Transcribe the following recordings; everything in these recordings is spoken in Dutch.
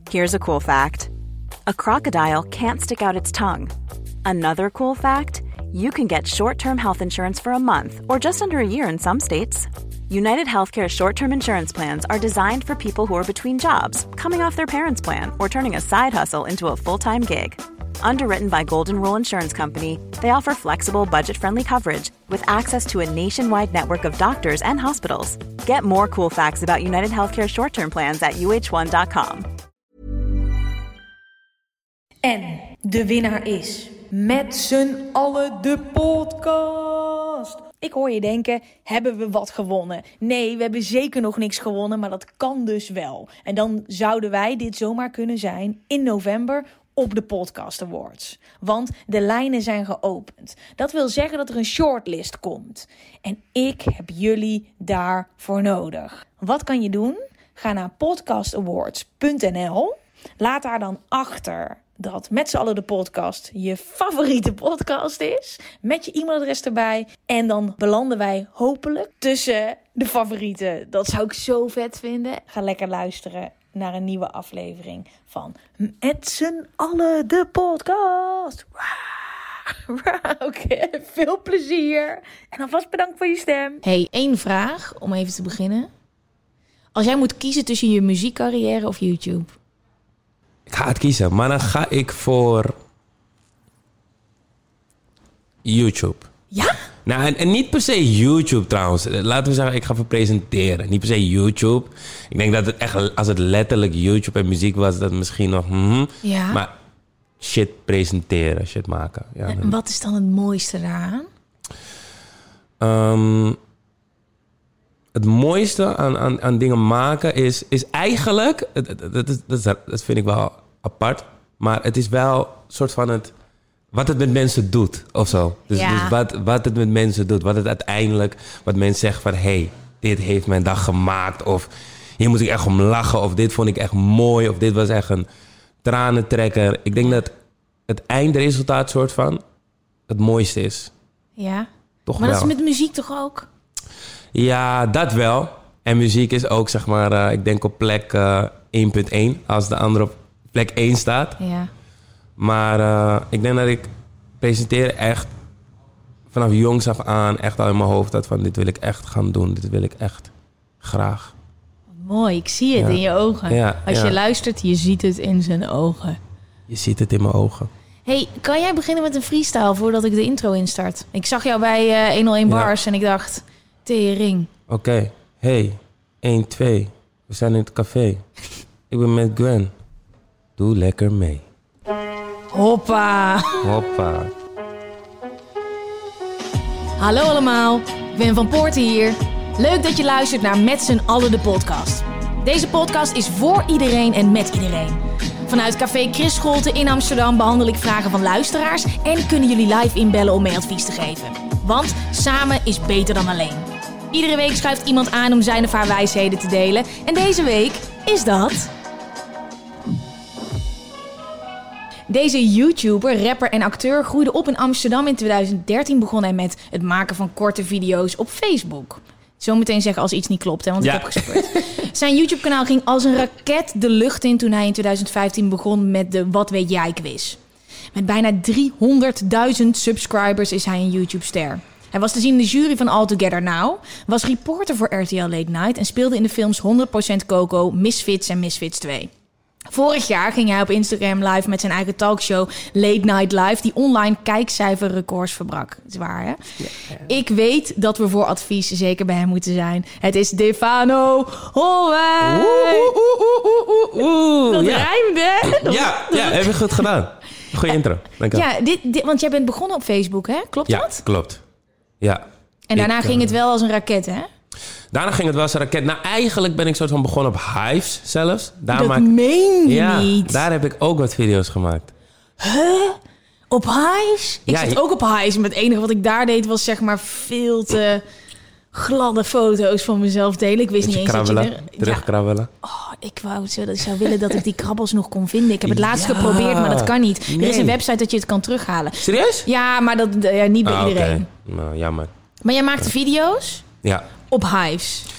Here's a cool fact. A crocodile can't stick out its tongue. Another cool fact, you can get short-term health insurance for a month or just under a year in some states. United Healthcare short-term insurance plans are designed for people who are between jobs, coming off their parents' plan, or turning a side hustle into a full-time gig. Underwritten by Golden Rule Insurance Company, they offer flexible, budget-friendly coverage with access to a nationwide network of doctors and hospitals. Get more cool facts about United Healthcare short-term plans at uh1.com. En de winnaar is met z'n allen de podcast. Ik hoor je denken, hebben we wat gewonnen? Nee, we hebben zeker nog niks gewonnen, maar dat kan dus wel. En dan zouden wij dit zomaar kunnen zijn in november op de Podcast Awards. Want de lijnen zijn geopend. Dat wil zeggen dat er een shortlist komt. En ik heb jullie daarvoor nodig. Wat kan je doen? Ga naar podcastawards.nl. Laat daar dan achter dat met z'n allen de podcast je favoriete podcast is. Met je e-mailadres erbij. En dan belanden wij hopelijk tussen de favorieten. Dat zou ik zo vet vinden. Ga lekker luisteren naar een nieuwe aflevering van Met z'n allen de podcast. Oké, veel plezier. En alvast bedankt voor je stem. Hey, 1 vraag om even te beginnen. Als jij moet kiezen tussen je muziekcarrière of YouTube? Ik ga het kiezen, maar dan ga ik voor YouTube. Ja? Nou, en niet per se YouTube trouwens. Laten we zeggen, ik ga voor presenteren. Niet per se YouTube. Ik denk dat het echt, als het letterlijk YouTube en muziek was, dat misschien nog... Ja. Maar shit presenteren, shit maken. Ja, en wat is dan het mooiste daaraan? Het mooiste aan dingen maken is eigenlijk... Dat vind ik wel apart. Maar het is wel een soort van wat het met mensen doet of zo. Dus wat het met mensen doet. Wat het uiteindelijk... Wat mensen zeggen van... Hey, dit heeft mijn dag gemaakt. Of hier moet ik echt om lachen. Of dit vond ik echt mooi. Of dit was echt een tranentrekker. Ik denk dat het eindresultaat soort van... Het mooiste is. Ja. Toch maar wel. Dat is met muziek toch ook? Ja, dat wel. En muziek is ook, zeg maar, ik denk op plek 1.1. Als de andere op plek 1 staat. Ja. Maar ik denk dat ik presenteren echt vanaf jongs af aan echt al in mijn hoofd had van dit wil ik echt gaan doen. Dit wil ik echt graag. Mooi, ik zie het in je ogen. Ja, Als je luistert, je ziet het in zijn ogen. Je ziet het in mijn ogen. Hey, kan jij beginnen met een freestyle voordat ik de intro instart? Ik zag jou bij 101 Bars en ik dacht... Tering. Oké. Hey, 1, 2. We zijn in het café. Ik ben met Gwen. Doe lekker mee. Hoppa. Hoppa. Hallo allemaal, ik ben Van Poorten hier. Leuk dat je luistert naar Met z'n allen de podcast. Deze podcast is voor iedereen en met iedereen. Vanuit Café Chris Scholten in Amsterdam behandel ik vragen van luisteraars... en kunnen jullie live inbellen om mee advies te geven. Want samen is beter dan alleen. Iedere week schuift iemand aan om zijn of haar wijsheden te delen. En deze week is dat... Deze YouTuber, rapper en acteur groeide op in Amsterdam. In 2013 begon hij met het maken van korte video's op Facebook. Zometeen zeggen als iets niet klopt, hè, want ik heb gespeurd. Zijn YouTube-kanaal ging als een raket de lucht in toen hij in 2015 begon met de Wat Weet Jij quiz. Met bijna 300.000 subscribers is hij een YouTube-ster. Hij was te zien in de jury van All Together Now, was reporter voor RTL Late Night en speelde in de films 100% Coco, Misfits en Misfits 2. Vorig jaar ging hij op Instagram live met zijn eigen talkshow Late Night Live, die online kijkcijferrecords verbrak. Dat is waar, hè? Ja. Ik weet dat we voor advies zeker bij hem moeten zijn. Het is Stefano Holwijk. Dat rijmde, hè? Ja, heb je goed gedaan. Goeie intro. Dank je. Ja, want jij bent begonnen op Facebook, hè? Klopt dat? Ja, klopt. Ja. En daarna ging het wel als een raket, hè? Daarna ging het wel als een raket. Nou, eigenlijk ben ik soort van begonnen op Hives zelfs. Meen je niet? Daar heb ik ook wat video's gemaakt. Huh? Op Hives? Ik zat ook op Hives. Maar het enige wat ik daar deed was zeg maar veel te gladde foto's van mezelf delen. Ik wist niet eens krabbelen, dat je terugkrabbelen. Oh, ik zou willen dat ik die krabbels nog kon vinden. Ik heb het laatst geprobeerd, maar dat kan niet. Nee. Er is een website dat je het kan terughalen. Serieus? Ja, maar dat niet bij iedereen. Okay. Nou, jammer. Maar jij maakte video's? Ja. Op Hives?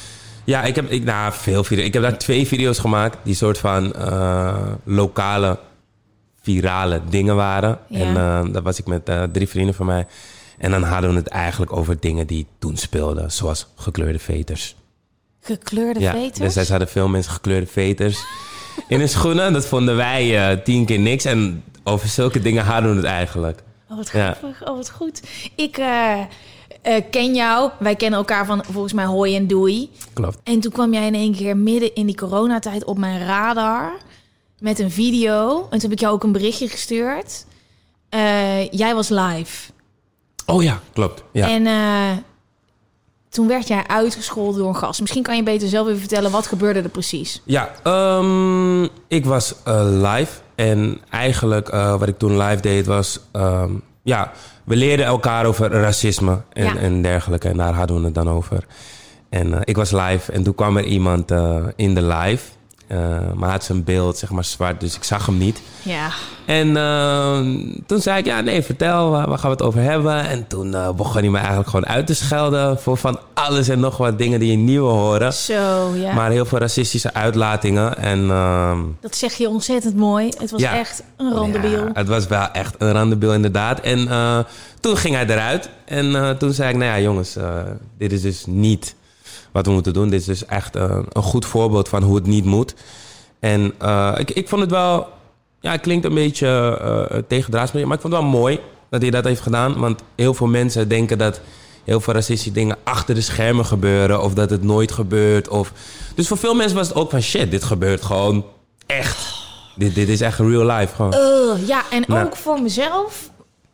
Ja, ik heb veel video's. Ik heb daar 2 video's gemaakt die soort van lokale, virale dingen waren. Ja. En dat was ik met 3 vrienden van mij. En dan hadden we het eigenlijk over dingen die toen speelden. Zoals gekleurde veters. Gekleurde veters? Dus zij hadden veel mensen gekleurde veters in hun schoenen. Dat vonden wij 10 keer niks. En over zulke dingen hadden we het eigenlijk. Oh, wat grappig. Oh, wat goed. Ik ken jou. Wij kennen elkaar van volgens mij Hoi en Doei. Klopt. En toen kwam jij in één keer midden in die coronatijd op mijn radar met een video. En toen heb ik jou ook een berichtje gestuurd. Jij was live. Oh ja, klopt. Ja. En toen werd jij uitgescholden door een gast. Misschien kan je beter zelf even vertellen, wat gebeurde er precies? Ja, ik was live. En eigenlijk wat ik toen live deed was... we leerden elkaar over racisme en dergelijke. En daar hadden we het dan over. En ik was live en toen kwam er iemand in de live. Maar hij had zijn beeld, zeg maar, zwart, dus ik zag hem niet. Ja. En toen zei ik, vertel, waar gaan we het over hebben? En toen begon hij me eigenlijk gewoon uit te schelden... voor van alles en nog wat dingen die je niet wil horen. Zo, ja. Maar heel veel racistische uitlatingen. En, dat zeg je ontzettend mooi. Het was echt een randebiel. Ja, het was wel echt een randebiel, inderdaad. En toen ging hij eruit. En toen zei ik, jongens, dit is dus niet... wat we moeten doen. Dit is dus echt een goed voorbeeld van hoe het niet moet. En ik vond het wel... Ja, het klinkt een beetje tegendraads, maar ik vond het wel mooi dat hij dat heeft gedaan. Want heel veel mensen denken dat heel veel racistische dingen achter de schermen gebeuren. Of dat het nooit gebeurt. Dus voor veel mensen was het ook van shit, dit gebeurt gewoon echt. Dit is echt real life gewoon. Ja, en ook voor mezelf...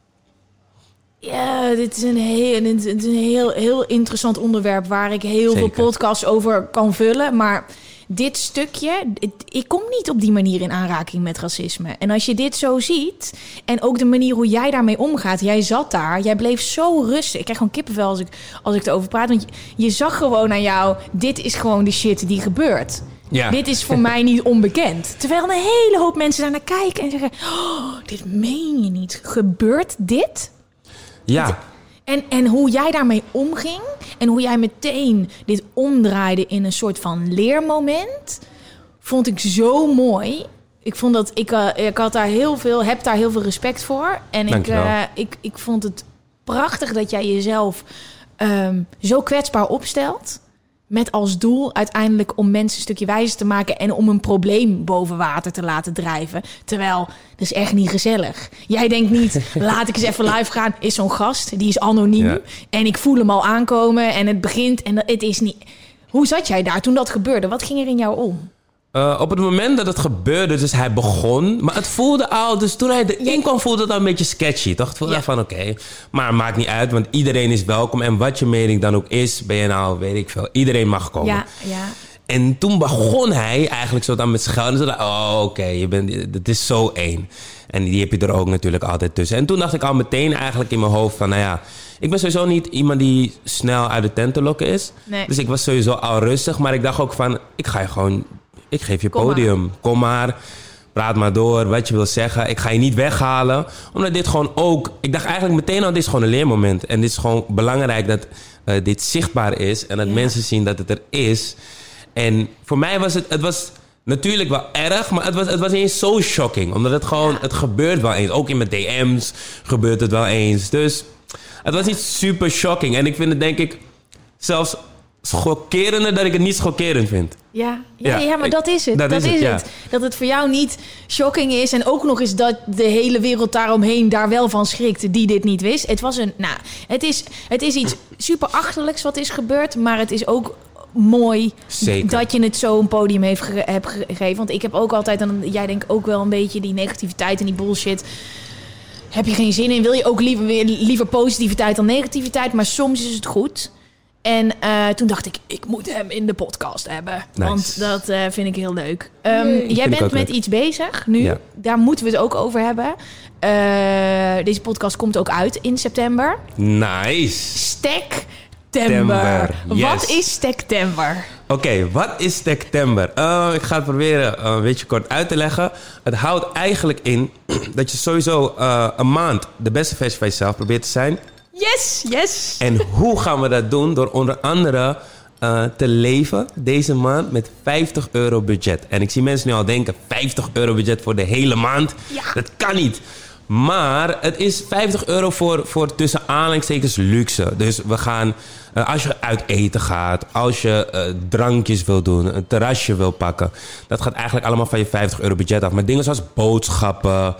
Ja, dit is een heel interessant onderwerp... waar ik heel veel podcasts over kan vullen. Maar dit stukje... Ik kom niet op die manier in aanraking met racisme. En als je dit zo ziet... en ook de manier hoe jij daarmee omgaat... jij zat daar, jij bleef zo rustig. Ik krijg gewoon kippenvel als ik erover praat. Want je zag gewoon aan jou... dit is gewoon de shit die gebeurt. Ja. Dit is voor mij niet onbekend. Terwijl een hele hoop mensen daar naar kijken... en zeggen... Oh, dit meen je niet. Gebeurt dit? Ja. En hoe jij daarmee omging... en hoe jij meteen dit omdraaide in een soort van leermoment... vond ik zo mooi. Ik vond dat ik heb daar heel veel respect voor. En ik vond het prachtig dat jij jezelf zo kwetsbaar opstelt... met als doel uiteindelijk om mensen een stukje wijzer te maken... en om een probleem boven water te laten drijven. Terwijl, dat is echt niet gezellig. Jij denkt niet, laat ik eens even live gaan. Is zo'n gast, die is anoniem. Ja. En ik voel hem al aankomen en het begint en het is niet... Hoe zat jij daar toen dat gebeurde? Wat ging er in jou om? Op het moment dat het gebeurde, dus hij begon... maar het voelde al, dus toen hij erin kwam... voelde het al een beetje sketchy, toch? Het voelde van oké, maar het maakt niet uit... want iedereen is welkom en wat je mening dan ook is... ben je nou, weet ik veel, iedereen mag komen. Ja. En toen begon hij eigenlijk zo dan met schelden. Het is zo één. En die heb je er ook natuurlijk altijd tussen. En toen dacht ik al meteen eigenlijk in mijn hoofd van... ik ben sowieso niet iemand die snel uit de tent te lokken is. Nee. Dus ik was sowieso al rustig. Maar ik dacht ook van, ik geef je podium. Kom maar, praat maar door, wat je wil zeggen. Ik ga je niet weghalen. Omdat dit gewoon ook... Ik dacht eigenlijk meteen al, dit is gewoon een leermoment. En dit is gewoon belangrijk dat dit zichtbaar is. En dat mensen zien dat het er is. En voor mij was het was natuurlijk wel erg, maar het was niet eens zo shocking. Omdat het gewoon, het gebeurt wel eens. Ook in mijn DM's gebeurt het wel eens. Dus het was niet super shocking. En ik vind het denk ik zelfs schokkerender dat ik het niet schokkerend vind. Ja, maar dat is het. Dat is het. Dat het voor jou niet shocking is. En ook nog eens dat de hele wereld daaromheen daar wel van schrikt die dit niet wist. Het was het is iets super achterlijks wat is gebeurd. Maar het is ook mooi dat je het zo een podium hebt gegeven. Want ik heb ook altijd, en jij denkt ook wel een beetje die negativiteit en die bullshit. Heb je geen zin in? Wil je ook liever positiviteit dan negativiteit? Maar soms is het goed. En toen dacht ik moet hem in de podcast hebben. Nice. Want dat vind ik heel leuk. Jij bent met iets bezig nu. Ja. Daar moeten we het ook over hebben. Deze podcast komt ook uit in september. Nice. Stektember. Yes. Wat is Stektember? Oké, wat is Stektember? Ik ga het proberen een beetje kort uit te leggen. Het houdt eigenlijk in dat je sowieso een maand de beste versie van jezelf probeert te zijn. Yes. En hoe gaan we dat doen? Door onder andere te leven deze maand met €50 budget. En ik zie mensen nu al denken, €50 budget voor de hele maand? Ja. Dat kan niet. Maar het is €50 voor tussen aanhalingstekens luxe. Dus we gaan, als je uit eten gaat, als je drankjes wil doen, een terrasje wil pakken. Dat gaat eigenlijk allemaal van je €50 budget af. Maar dingen zoals boodschappen,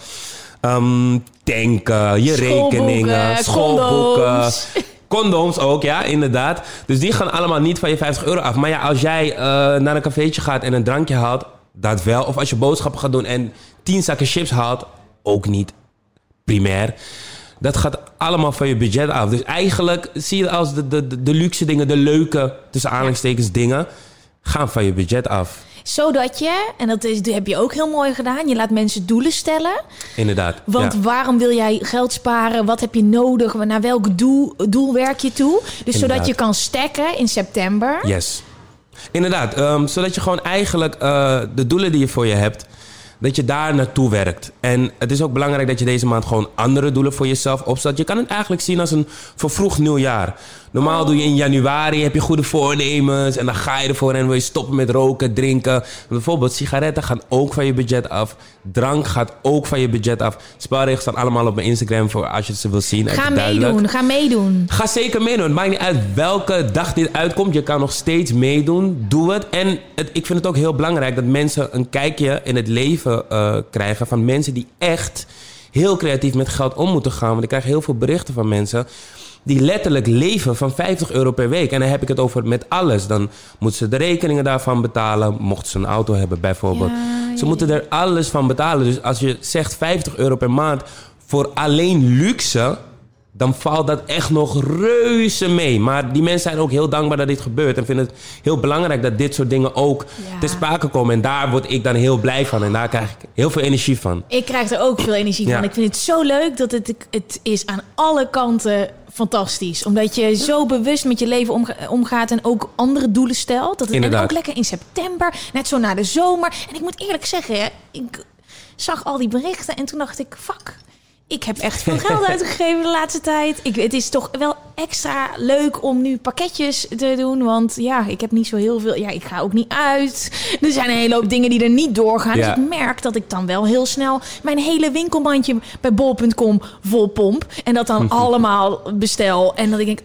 tanken, je rekeningen, schoolboeken. Condooms ook, ja, inderdaad. Dus die gaan allemaal niet van je €50 af. Maar ja, als jij naar een cafeetje gaat en een drankje haalt, dat wel. Of als je boodschappen gaat doen en 10 zakken chips haalt, ook niet primair. Dat gaat allemaal van je budget af. Dus eigenlijk zie je als de luxe dingen, de leuke, tussen aanhalingstekens dingen, gaan van je budget af. Zodat je, en dat heb je ook heel mooi gedaan, je laat mensen doelen stellen. Inderdaad. Want waarom wil jij geld sparen? Wat heb je nodig? Naar welk doel werk je toe? Dus Inderdaad. zodat je kan stacken in september. Yes. Inderdaad. Zodat je gewoon eigenlijk de doelen die je voor je hebt, dat je daar naartoe werkt. En het is ook belangrijk dat je deze maand gewoon andere doelen voor jezelf opstelt. Je kan het eigenlijk zien als een vervroegd nieuwjaar. Normaal doe je in januari, heb je goede voornemens en dan ga je ervoor en wil je stoppen met roken, drinken. Bijvoorbeeld sigaretten gaan ook van je budget af. Drank gaat ook van je budget af. Spelregels staan allemaal op mijn Instagram voor als je ze wil zien. Ga meedoen. Ga zeker meedoen. Het maakt niet uit welke dag dit uitkomt. Je kan nog steeds meedoen. Doe het. En ik vind het ook heel belangrijk dat mensen een kijkje in het leven krijgen van mensen die echt heel creatief met geld om moeten gaan. Want ik krijg heel veel berichten van mensen die letterlijk leven van €50 per week. En dan heb ik het over met alles. Dan moeten ze de rekeningen daarvan betalen. Mochten ze een auto hebben bijvoorbeeld. Ja. Ze moeten er alles van betalen. Dus als je zegt €50 per maand voor alleen luxe, dan valt dat echt nog reuze mee. Maar die mensen zijn ook heel dankbaar dat dit gebeurt. En vinden het heel belangrijk dat dit soort dingen ook ter sprake komen. En daar word ik dan heel blij van. En daar krijg ik heel veel energie van. Ik krijg er ook veel energie van. Ik vind het zo leuk dat het is aan alle kanten fantastisch. Omdat je zo bewust met je leven omgaat en ook andere doelen stelt. En ook lekker in september, net zo na de zomer. En ik moet eerlijk zeggen, ik zag al die berichten en toen dacht ik, fuck, ik heb echt veel geld uitgegeven de laatste tijd. Het is toch wel extra leuk om nu pakketjes te doen. Want ja, ik heb niet zo heel veel. Ja, ik ga ook niet uit. Er zijn een hele hoop dingen die er niet doorgaan. Ja. Dus ik merk dat ik dan wel heel snel mijn hele winkelmandje bij bol.com vol pomp. En dat dan allemaal bestel. En dat ik denk,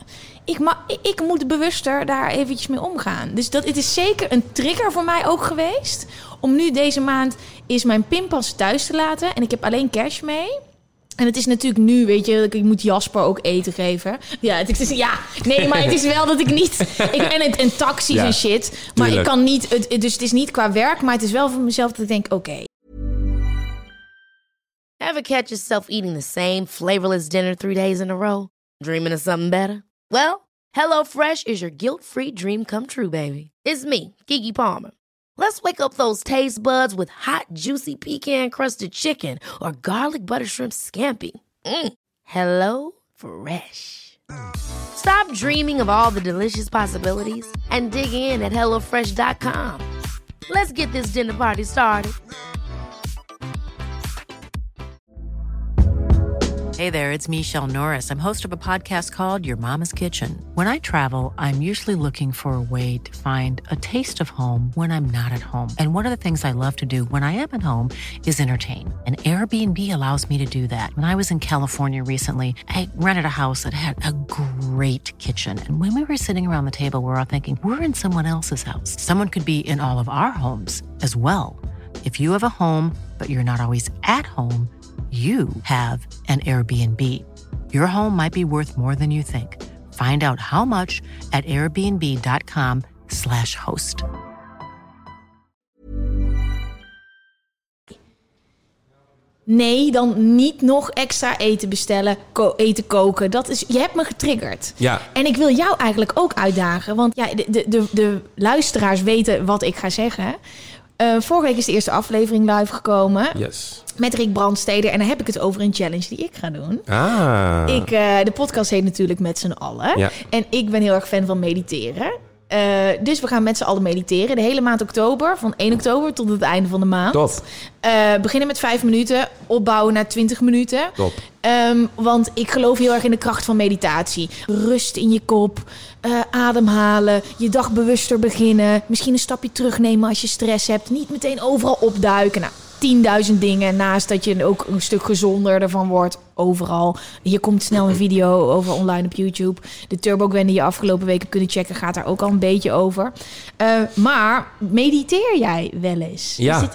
ik moet bewuster daar eventjes mee omgaan. Dus het is zeker een trigger voor mij ook geweest. Om nu deze maand is mijn pinpas thuis te laten. En ik heb alleen cash mee. En het is natuurlijk nu, weet je, ik moet Jasper ook eten geven. Ja, maar het is wel dat ik niet. En taxis en shit. Maar tuurlijk. Ik kan niet. Dus het is niet qua werk, maar het is wel voor mezelf dat ik denk, oké. Ever catch yourself eating the same flavorless dinner 3 days in a row? Dreaming of something better? Well, HelloFresh is your guilt-free dream come true, baby. It's me, Keke Palmer. Let's wake up those taste buds with hot, juicy pecan-crusted chicken or garlic butter shrimp scampi. Hello Fresh. Stop dreaming of all the delicious possibilities and dig in at HelloFresh.com. Let's get this dinner party started. Hey there, it's Michelle Norris. I'm host of a podcast called Your Mama's Kitchen. When I travel, I'm usually looking for a way to find a taste of home when I'm not at home. And one of the things I love to do when I am at home is entertain. And Airbnb allows me to do that. When I was in California recently, I rented a house that had a great kitchen. And when we were sitting around the table, we were all thinking, we're in someone else's house. Someone could be in all of our homes as well. If you have a home, but you're not always at home, you have an Airbnb. Your home might be worth more than you think. Find out how much at airbnb.com/host. Nee, dan niet nog extra eten bestellen, eten koken. Je hebt me getriggerd. Ja. En ik wil jou eigenlijk ook uitdagen. Want ja, de luisteraars weten wat ik ga zeggen. Vorige week is de eerste aflevering live gekomen. Yes. Met Rick Brandsteder. En dan heb ik het over een challenge die ik ga doen. De podcast heet natuurlijk Met z'n allen. Ja. En ik ben heel erg fan van mediteren. Dus we gaan met z'n allen mediteren. De hele maand oktober, van 1 oktober tot het einde van de maand. Top. Beginnen met 5 minuten, opbouwen naar 20 minuten. Top. Want ik geloof heel erg in de kracht van meditatie. Rust in je kop, ademhalen, je dag bewuster beginnen. Misschien een stapje terugnemen als je stress hebt. Niet meteen overal opduiken. Nou, 10.000 dingen. Naast dat je ook een stuk gezonder ervan wordt. Overal. Hier komt snel een video over online op YouTube. De Turbo Gwen die je afgelopen weken kunnen checken, gaat daar ook al een beetje over. Maar mediteer jij wel eens? Ja.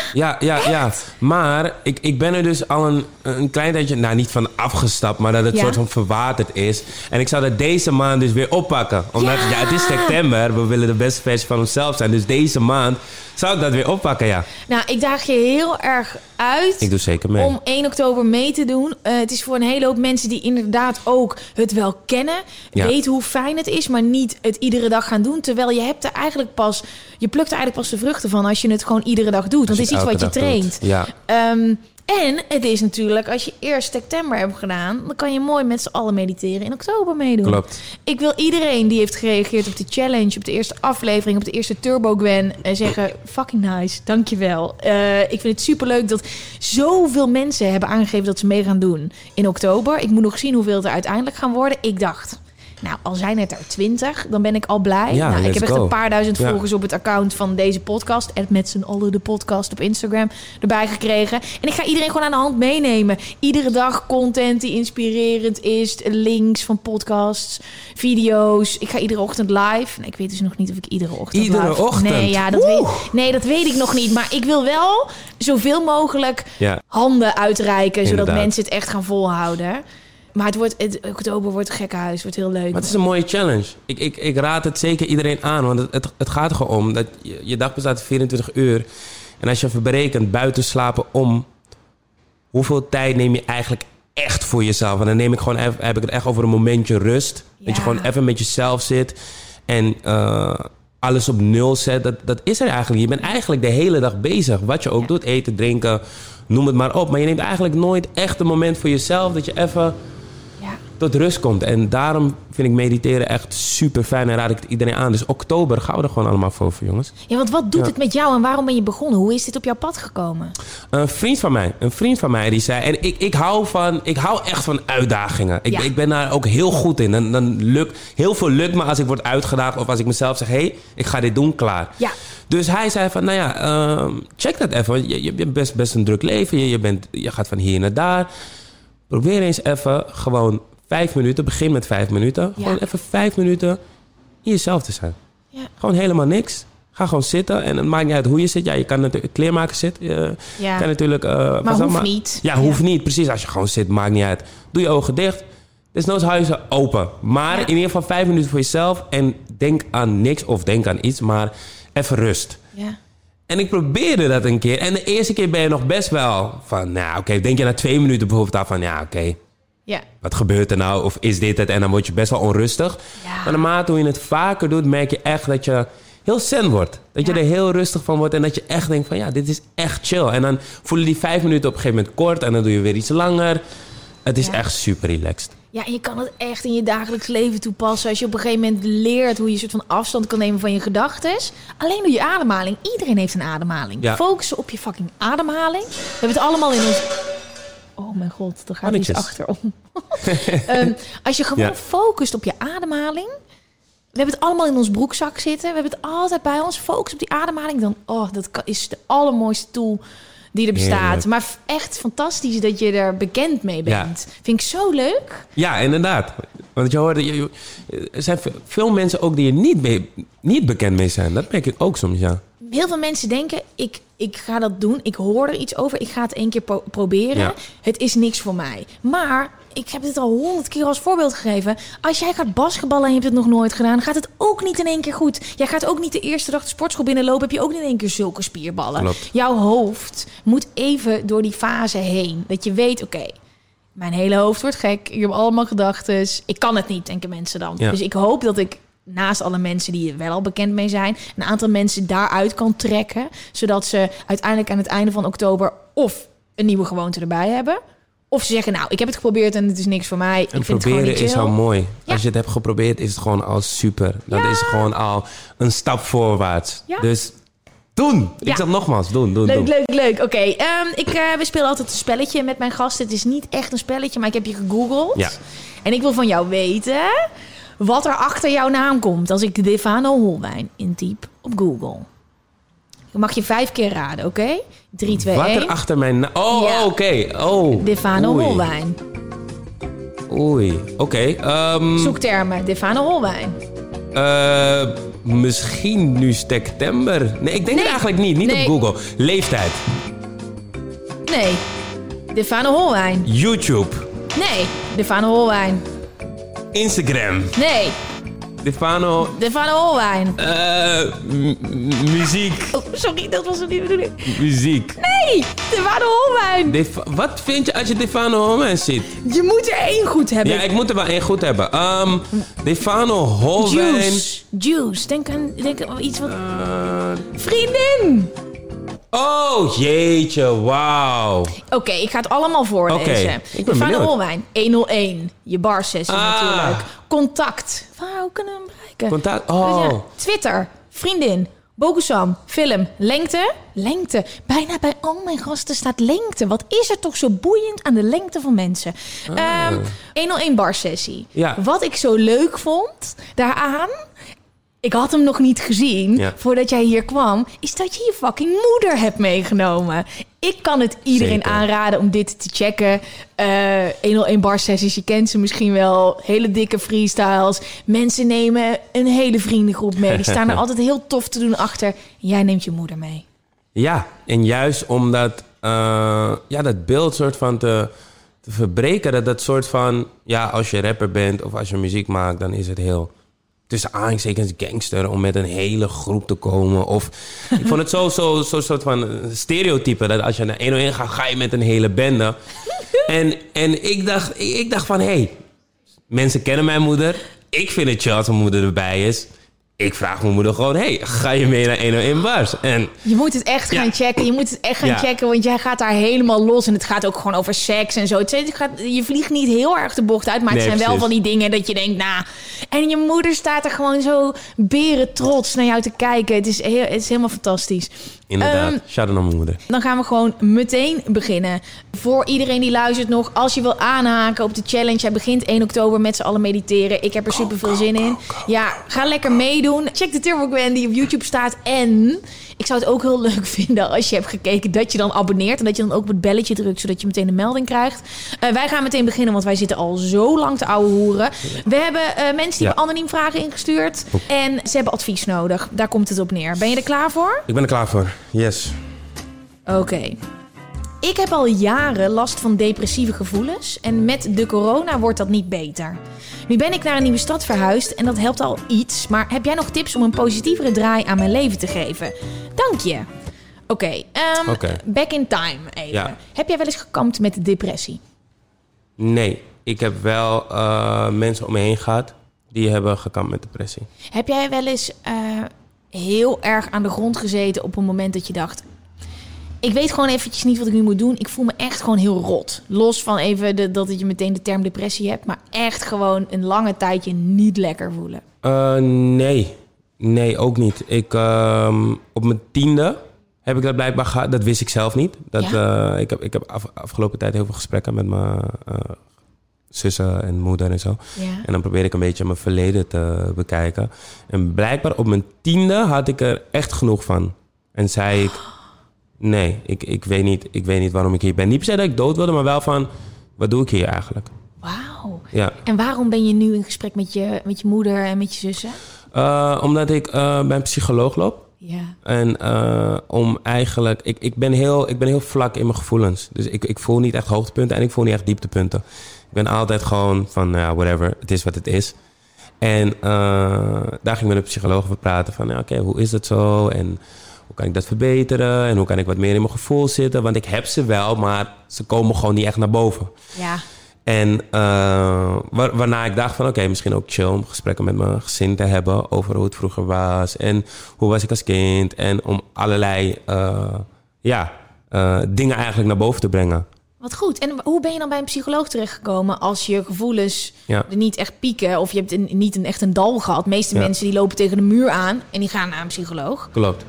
Ja. Maar ik ben er dus al een klein tijdje, nou niet van afgestapt, maar dat het soort van verwaterd is. En ik zou dat deze maand dus weer oppakken. Omdat het is september, we willen de beste versie van onszelf zijn. Dus deze maand zou ik dat weer oppakken, ja. Nou, ik daag je heel erg uit. Ik doe zeker mee. Om 1 oktober mee te doen. Het is voor een hele hoop mensen die inderdaad ook het wel kennen. Ja. Weten hoe fijn het is, maar niet het iedere dag gaan doen. Terwijl je plukt er eigenlijk pas de vruchten van als je het gewoon iedere dag doet. Want het is iets wat je traint. Ja. En het is natuurlijk, als je eerst september hebt gedaan, dan kan je mooi met z'n allen mediteren in oktober meedoen. Klopt. Ik wil iedereen die heeft gereageerd op de challenge, op de eerste aflevering, op de eerste Turbo Gwen, zeggen fucking nice, dankjewel. Ik vind het superleuk dat zoveel mensen hebben aangegeven dat ze mee gaan doen in oktober. Ik moet nog zien hoeveel het er uiteindelijk gaan worden. Ik dacht, nou, al zijn het er 20, dan ben ik al blij. Ja, ik heb echt een paar duizend Ja. volgers op het account van deze podcast. Met z'n allen de podcast op Instagram erbij gekregen. En ik ga iedereen gewoon aan de hand meenemen. Iedere dag content die inspirerend is. Links van podcasts, video's. Ik ga iedere ochtend live. Nee, ik weet dus nog niet of ik iedere ochtend Iedere live... ochtend? Nee, ja, dat weet ik nog niet. Maar ik wil wel zoveel mogelijk handen uitreiken. Zodat Inderdaad. mensen het echt gaan volhouden. Maar oktober wordt een gekkenhuis. Het wordt heel leuk. Maar het is een mooie challenge. Ik raad het zeker iedereen aan. Want het gaat er gewoon om dat je dag bestaat 24 uur. En als je even berekent, buiten slapen om, hoeveel tijd neem je eigenlijk echt voor jezelf? En dan heb ik het echt over een momentje rust. Ja. Dat je gewoon even met jezelf zit. En alles op nul zet. Dat is er eigenlijk. Je bent eigenlijk de hele dag bezig. Wat je ook doet. Eten, drinken, noem het maar op. Maar je neemt eigenlijk nooit echt een moment voor jezelf. Dat je even tot rust komt. En daarom vind ik mediteren echt super fijn en raad ik het iedereen aan. Dus oktober gaan we er gewoon allemaal voor, jongens. Ja, want wat doet het met jou en waarom ben je begonnen? Hoe is dit op jouw pad gekomen? Een vriend van mij die zei... En ik hou echt van uitdagingen. Ik ben daar ook heel goed in. Dan heel veel lukt me als ik word uitgedaagd of als ik mezelf zeg, hey, ik ga dit doen, klaar. Ja. Dus hij zei van, check dat even. Je hebt best een druk leven. Je gaat van hier naar daar. Probeer eens even gewoon 5 minuten. Begin met 5 minuten. Ja. Gewoon even 5 minuten in jezelf te zijn. Ja. Gewoon helemaal niks. Ga gewoon zitten. En het maakt niet uit hoe je zit. Ja, je kan natuurlijk kleermaker zitten. Je kan natuurlijk... maar hoeft niet. Ja, hoeft niet. Precies. Als je gewoon zit, maakt niet uit. Doe je ogen dicht. Desnoods hou je ze open. Maar in ieder geval 5 minuten voor jezelf. En denk aan niks of denk aan iets. Maar even rust. Ja. En ik probeerde dat een keer. En de eerste keer ben je nog best wel van... denk je na 2 minuten bijvoorbeeld af van... Ja. Wat gebeurt er nou? Of is dit het? En dan word je best wel onrustig. Ja. Maar naarmate hoe je het vaker doet... merk je echt dat je heel zen wordt. Dat je er heel rustig van wordt. En dat je echt denkt van... dit is echt chill. En dan voelen die 5 minuten op een gegeven moment kort. En dan doe je weer iets langer. Het is echt super relaxed. Ja, en je kan het echt in je dagelijks leven toepassen. Als je op een gegeven moment leert hoe je een soort van afstand kan nemen van je gedachten. Alleen door je ademhaling. Iedereen heeft een ademhaling. Ja. Focussen op je fucking ademhaling. We hebben het allemaal in ons... Oh mijn god, er gaat iets achterom. Als je gewoon focust op je ademhaling. We hebben het allemaal in ons broekzak zitten. We hebben het altijd bij ons. Focus op die ademhaling. Dan, dat is de allermooiste tool die er bestaat. Heerlijk. Maar echt fantastisch dat je er bekend mee bent. Ja. Vind ik zo leuk. Ja, inderdaad. Want je hoorde, er zijn veel mensen ook die er niet bekend mee zijn. Dat merk ik ook soms, ja. Heel veel mensen denken, ik ga dat doen. Ik hoor er iets over. Ik ga het 1 keer proberen. Ja. Het is niks voor mij. Maar ik heb dit al 100 keer als voorbeeld gegeven. Als jij gaat basketballen en je hebt het nog nooit gedaan... gaat het ook niet in 1 keer goed. Jij gaat ook niet de eerste dag de sportschool binnenlopen... heb je ook niet in 1 keer zulke spierballen. Klopt. Jouw hoofd moet even door die fase heen. Dat je weet, oké, mijn hele hoofd wordt gek. Ik heb allemaal gedachten. Ik kan het niet, denken mensen dan. Ja. Dus ik hoop dat ik... naast alle mensen die er wel al bekend mee zijn... een aantal mensen daaruit kan trekken... zodat ze uiteindelijk aan het einde van oktober... of een nieuwe gewoonte erbij hebben... Of ze zeggen, nou, ik heb het geprobeerd en het is niks voor mij. En ik vind het gewoon niet chill. is al mooi. Ja. Als je het hebt geprobeerd, is het gewoon al super. Dat is gewoon al een stap voorwaarts. Ja. Dus doen. Ja. Ik zeg nogmaals, doen. Leuk. Oké, we spelen altijd een spelletje met mijn gasten. Het is niet echt een spelletje, maar ik heb je gegoogeld. Ja. En ik wil van jou weten wat er achter jouw naam komt als ik Defano Holwijn intyp op Google. Ik mag je 5 keer raden, oké? 3, 2, 1. Wat er achter mijn naam... Oh, Ja. oké. Oh. Defano Oei. Holwijn. Oei. Oké. Zoektermen, Defano Holwijn. Misschien nu september. Nee, ik denk het eigenlijk niet. Niet Nee. op Google. Leeftijd. Nee. Defano Holwijn. YouTube. Nee. Defano Holwijn. Instagram. Nee. Defano. Holwijn. Muziek. Oh, sorry, dat was het niet de bedoeling. Muziek. Nee, Defano Holwijn. Wat vind je als je Defano Holwijn ziet? Je moet er 1 goed hebben. Ja, ik moet er wel één goed hebben. Defano Holwijn. Juice. Denk aan iets wat... Vriendin. Oh, jeetje, wauw. Oké, ik ga het allemaal voorlezen. Oké, ik ben Defano benieuwd. Holwijn. 101. Je barsessie natuurlijk. Contact. Hoe kunnen we hem bereiken? Contact, oh. Dus ja, Twitter. Vriendin. Bokusam. Film. Lengte. Bijna bij al mijn gasten staat lengte. Wat is er toch zo boeiend aan de lengte van mensen? 101 barsessie. Ja. Wat ik zo leuk vond daaraan... Ik had hem nog niet gezien voordat jij hier kwam... is dat je je fucking moeder hebt meegenomen. Ik kan het iedereen Zeker. aanraden om dit te checken. 101 bar sessies, je kent ze misschien wel. Hele dikke freestyles. Mensen nemen een hele vriendengroep mee. Die staan er altijd heel tof te doen achter. Jij neemt je moeder mee. Ja, en juist omdat dat beeld soort van te verbreken. Dat soort van, als je rapper bent of als je muziek maakt... dan is het heel... tussen aanhalingstekens gangster om met een hele groep te komen. Of ik vond het zo soort van stereotype dat als je naar 101 gaat, ga je met een hele bende. En ik dacht van, hey, mensen kennen mijn moeder. Ik vind het chill als mijn moeder erbij is. Ik vraag mijn moeder gewoon, hey, ga je mee naar 101 bars? En Je moet het echt gaan checken. Je moet het echt gaan checken, want jij gaat daar helemaal los. En het gaat ook gewoon over seks en zo. Je vliegt niet heel erg de bocht uit, maar het zijn wel precies. van die dingen dat je denkt, En je moeder staat er gewoon zo beren trots naar jou te kijken. Het is helemaal fantastisch. inderdaad, shout-out naar mijn moeder. Dan gaan we gewoon meteen beginnen. Voor iedereen die luistert nog, als je wil aanhaken op de challenge. Hij begint 1 oktober met z'n allen mediteren. Ik heb er super veel zin in. Ja, ga lekker meedoen. Check de Turbo Gwen die op YouTube staat. En ik zou het ook heel leuk vinden als je hebt gekeken dat je dan abonneert. En dat je dan ook op het belletje drukt, zodat je meteen een melding krijgt. Wij gaan meteen beginnen, want wij zitten al zo lang te ouwe hoeren. We hebben mensen die hebben anoniem vragen ingestuurd. En ze hebben advies nodig. Daar komt het op neer. Ben je er klaar voor? Ik ben er klaar voor, yes. Oké. Ik heb al jaren last van depressieve gevoelens en met de corona wordt dat niet beter. Nu ben ik naar een nieuwe stad verhuisd en dat helpt al iets, maar heb jij nog tips om een positievere draai aan mijn leven te geven? Dank je. Oké, back in time even. Ja. Heb jij wel eens gekampt met depressie? Nee, ik heb wel mensen om me heen gehad die hebben gekampt met depressie. Heb jij wel eens heel erg aan de grond gezeten op een moment dat je dacht... Ik weet gewoon eventjes niet wat ik nu moet doen. Ik voel me echt gewoon heel rot. Los van even dat je meteen de term depressie hebt. Maar echt gewoon een lange tijdje niet lekker voelen. Nee, ook niet. Op mijn 10e heb ik dat blijkbaar gehad. Dat wist ik zelf niet. Ik heb afgelopen tijd heel veel gesprekken met mijn zussen en moeder en zo. Ja. En dan probeer ik een beetje mijn verleden te bekijken. En blijkbaar op mijn 10e had ik er echt genoeg van. En zei ik... Nee, ik weet niet waarom ik hier ben. Niet per se dat ik dood wilde, maar wel van... Wat doe ik hier eigenlijk? Wauw. Ja. En waarom ben je nu in gesprek met je moeder en met je zussen? Omdat ik bij een psycholoog loop. Ja. En om eigenlijk... Ik ben heel vlak in mijn gevoelens. Dus ik voel niet echt hoogtepunten en ik voel niet echt dieptepunten. Ik ben altijd gewoon van, whatever. Het is wat het is. En daar ging ik met een psycholoog over praten. Van, oké, hoe is het zo? En... Hoe kan ik dat verbeteren? En hoe kan ik wat meer in mijn gevoel zitten? Want ik heb ze wel, maar ze komen gewoon niet echt naar boven. Ja. En waarna ik dacht van... Oké, misschien ook chill om gesprekken met mijn gezin te hebben... over hoe het vroeger was en hoe was ik als kind. En om allerlei dingen eigenlijk naar boven te brengen. Wat goed. En hoe ben je dan bij een psycholoog terechtgekomen als je gevoelens er niet echt pieken of je hebt niet echt een dal gehad? De meeste mensen die lopen tegen de muur aan en die gaan naar een psycholoog. Klopt.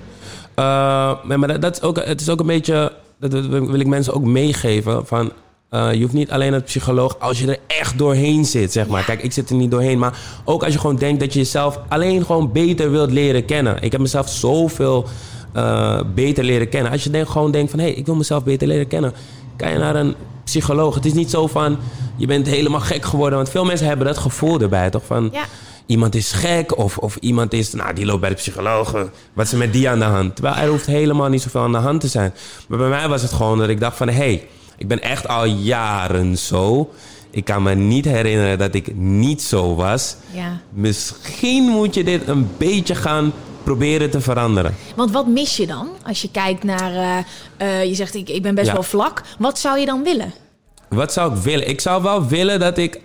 Maar dat is ook, het is ook een beetje, dat wil ik mensen ook meegeven van, je hoeft niet alleen naar de psycholoog als je er echt doorheen zit, zeg maar. Kijk, ik zit er niet doorheen, maar ook als je gewoon denkt dat je jezelf alleen gewoon beter wilt leren kennen. Ik heb mezelf zoveel beter leren kennen. Als je gewoon denkt van, ik wil mezelf beter leren kennen, kan je naar een psycholoog. Het is niet zo van, je bent helemaal gek geworden. Want veel mensen hebben dat gevoel erbij, toch? Van, iemand is gek of iemand is, die loopt bij de psycholoog. Wat is er met die aan de hand? Terwijl er hoeft helemaal niet zoveel aan de hand te zijn. Maar bij mij was het gewoon dat ik dacht van, ik ben echt al jaren zo. Ik kan me niet herinneren dat ik niet zo was. Ja. Misschien moet je dit een beetje gaan proberen te veranderen. Want wat mis je dan? Als je kijkt naar, je zegt ik ben best wel vlak. Wat zou je dan willen? Wat zou ik willen? Ik zou wel willen dat ik,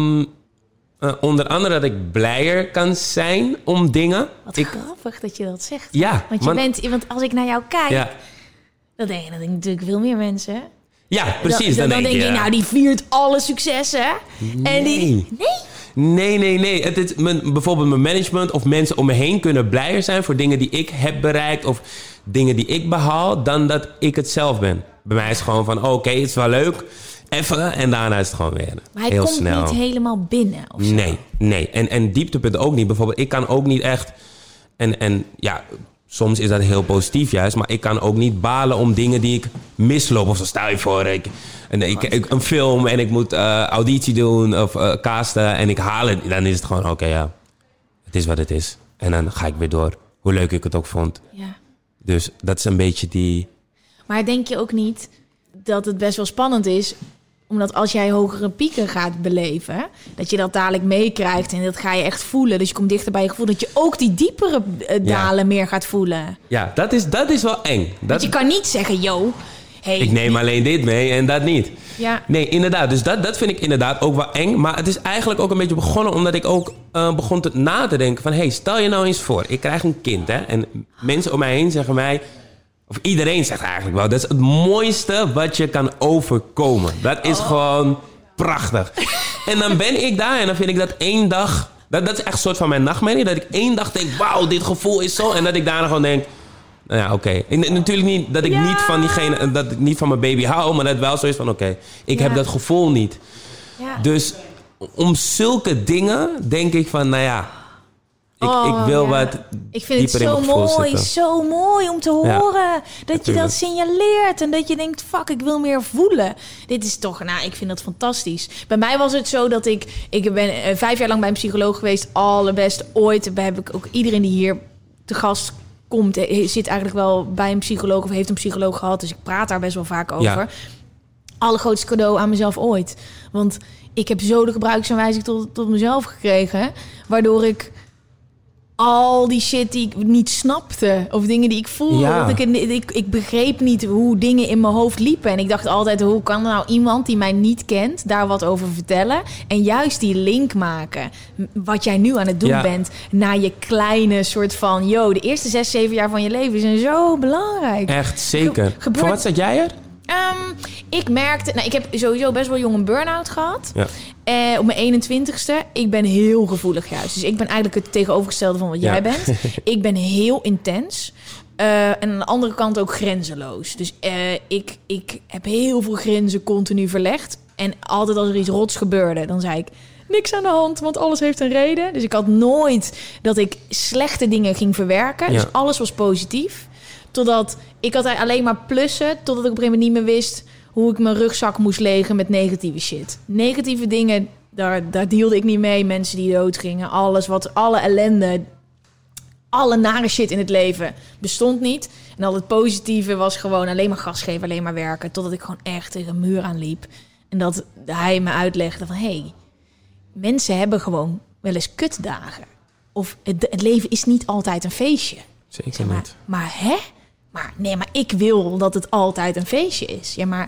onder andere dat ik blijer kan zijn om dingen. Wat grappig dat je dat zegt. Ja. Want als ik naar jou kijk, dan denk je natuurlijk veel meer mensen. Ja, precies. Dan denk je, die viert alle successen. Nee. Nee. Het is bijvoorbeeld mijn management of mensen om me heen kunnen blijer zijn voor dingen die ik heb bereikt of dingen die ik behaal, dan dat ik het zelf ben. Bij mij is het gewoon van, oké, het is wel leuk, even, en daarna is het gewoon weer maar hij heel komt snel. Niet helemaal binnen of zo. Nee. En dieptepunten ook niet. Bijvoorbeeld, ik kan ook niet echt, en soms is dat heel positief juist, maar ik kan ook niet balen om dingen die ik misloop. Of zo, stel je voor, ik een film en ik moet auditie doen of casten en ik haal het. Dan is het gewoon, het is wat het is. En dan ga ik weer door. Hoe leuk ik het ook vond. Ja. Dus dat is een beetje die... Maar denk je ook niet dat het best wel spannend is, omdat als jij hogere pieken gaat beleven, dat je dat dadelijk meekrijgt en dat ga je echt voelen. Dus je komt dichter bij je gevoel dat je ook die diepere dalen meer gaat voelen. Ja, dat is wel eng. Want je kan niet zeggen, ik neem alleen dit mee en dat niet. Ja. Nee, inderdaad. Dus dat vind ik inderdaad ook wel eng. Maar het is eigenlijk ook een beetje begonnen omdat ik ook begon na te denken van, stel je nou eens voor, ik krijg een kind, hè. En mensen om mij heen zeggen mij, of iedereen zegt eigenlijk wel, dat is het mooiste wat je kan overkomen. Dat is gewoon prachtig. En dan ben ik daar en dan vind ik dat één dag, dat is echt een soort van mijn nachtmerrie, dat ik één dag denk, wauw, dit gevoel is zo. En dat ik daarna gewoon denk, oké. Natuurlijk niet dat ik niet van diegene, dat ik niet van mijn baby hou, maar dat wel zo is van, ik heb dat gevoel niet. Ja. Dus om zulke dingen denk ik van, ik wil wat ik vind het zo mooi om te horen dat je dat signaleert en dat je denkt, fuck, ik wil meer voelen. Dit is toch, ik vind dat fantastisch. Bij mij was het zo dat ik ben 5 jaar lang bij een psycholoog geweest, allerbest ooit. Heb ik ook iedereen die hier te gast komt, zit eigenlijk wel bij een psycholoog of heeft een psycholoog gehad, dus ik praat daar best wel vaak over. Ja. Allergrootste cadeau aan mezelf ooit. Want ik heb zo de gebruiksaanwijzing tot mezelf gekregen, waardoor ik al die shit die ik niet snapte, of dingen die ik voelde. Ja. Ik begreep niet hoe dingen in mijn hoofd liepen. En ik dacht altijd, hoe kan nou iemand die mij niet kent daar wat over vertellen? En juist die link maken, wat jij nu aan het doen bent, naar je kleine soort van, de eerste 6, 7 jaar van je leven zijn zo belangrijk. Echt, zeker. Voor wat zat jij er? Ik merkte, ik heb sowieso best wel jong een burn-out gehad. Ja. Op mijn 21ste. Ik ben heel gevoelig juist. Dus ik ben eigenlijk het tegenovergestelde van wat jij bent. Ik ben heel intens. En aan de andere kant ook grenzeloos. Dus ik heb heel veel grenzen continu verlegd. En altijd als er iets rots gebeurde, dan zei ik, niks aan de hand, want alles heeft een reden. Dus ik had nooit dat ik slechte dingen ging verwerken. Ja. Dus alles was positief. Totdat ik had alleen maar plussen, totdat ik op een gegeven moment niet meer wist hoe ik mijn rugzak moest legen met negatieve shit. Negatieve dingen, daar dealde ik niet mee. Mensen die doodgingen, alle ellende, alle nare shit in het leven bestond niet. En al het positieve was gewoon alleen maar gas geven, alleen maar werken. Totdat ik gewoon echt tegen een muur aanliep. En dat hij me uitlegde van, mensen hebben gewoon wel eens kutdagen. Of het leven is niet altijd een feestje. Zeker niet. Maar ik wil dat het altijd een feestje is. Ja, maar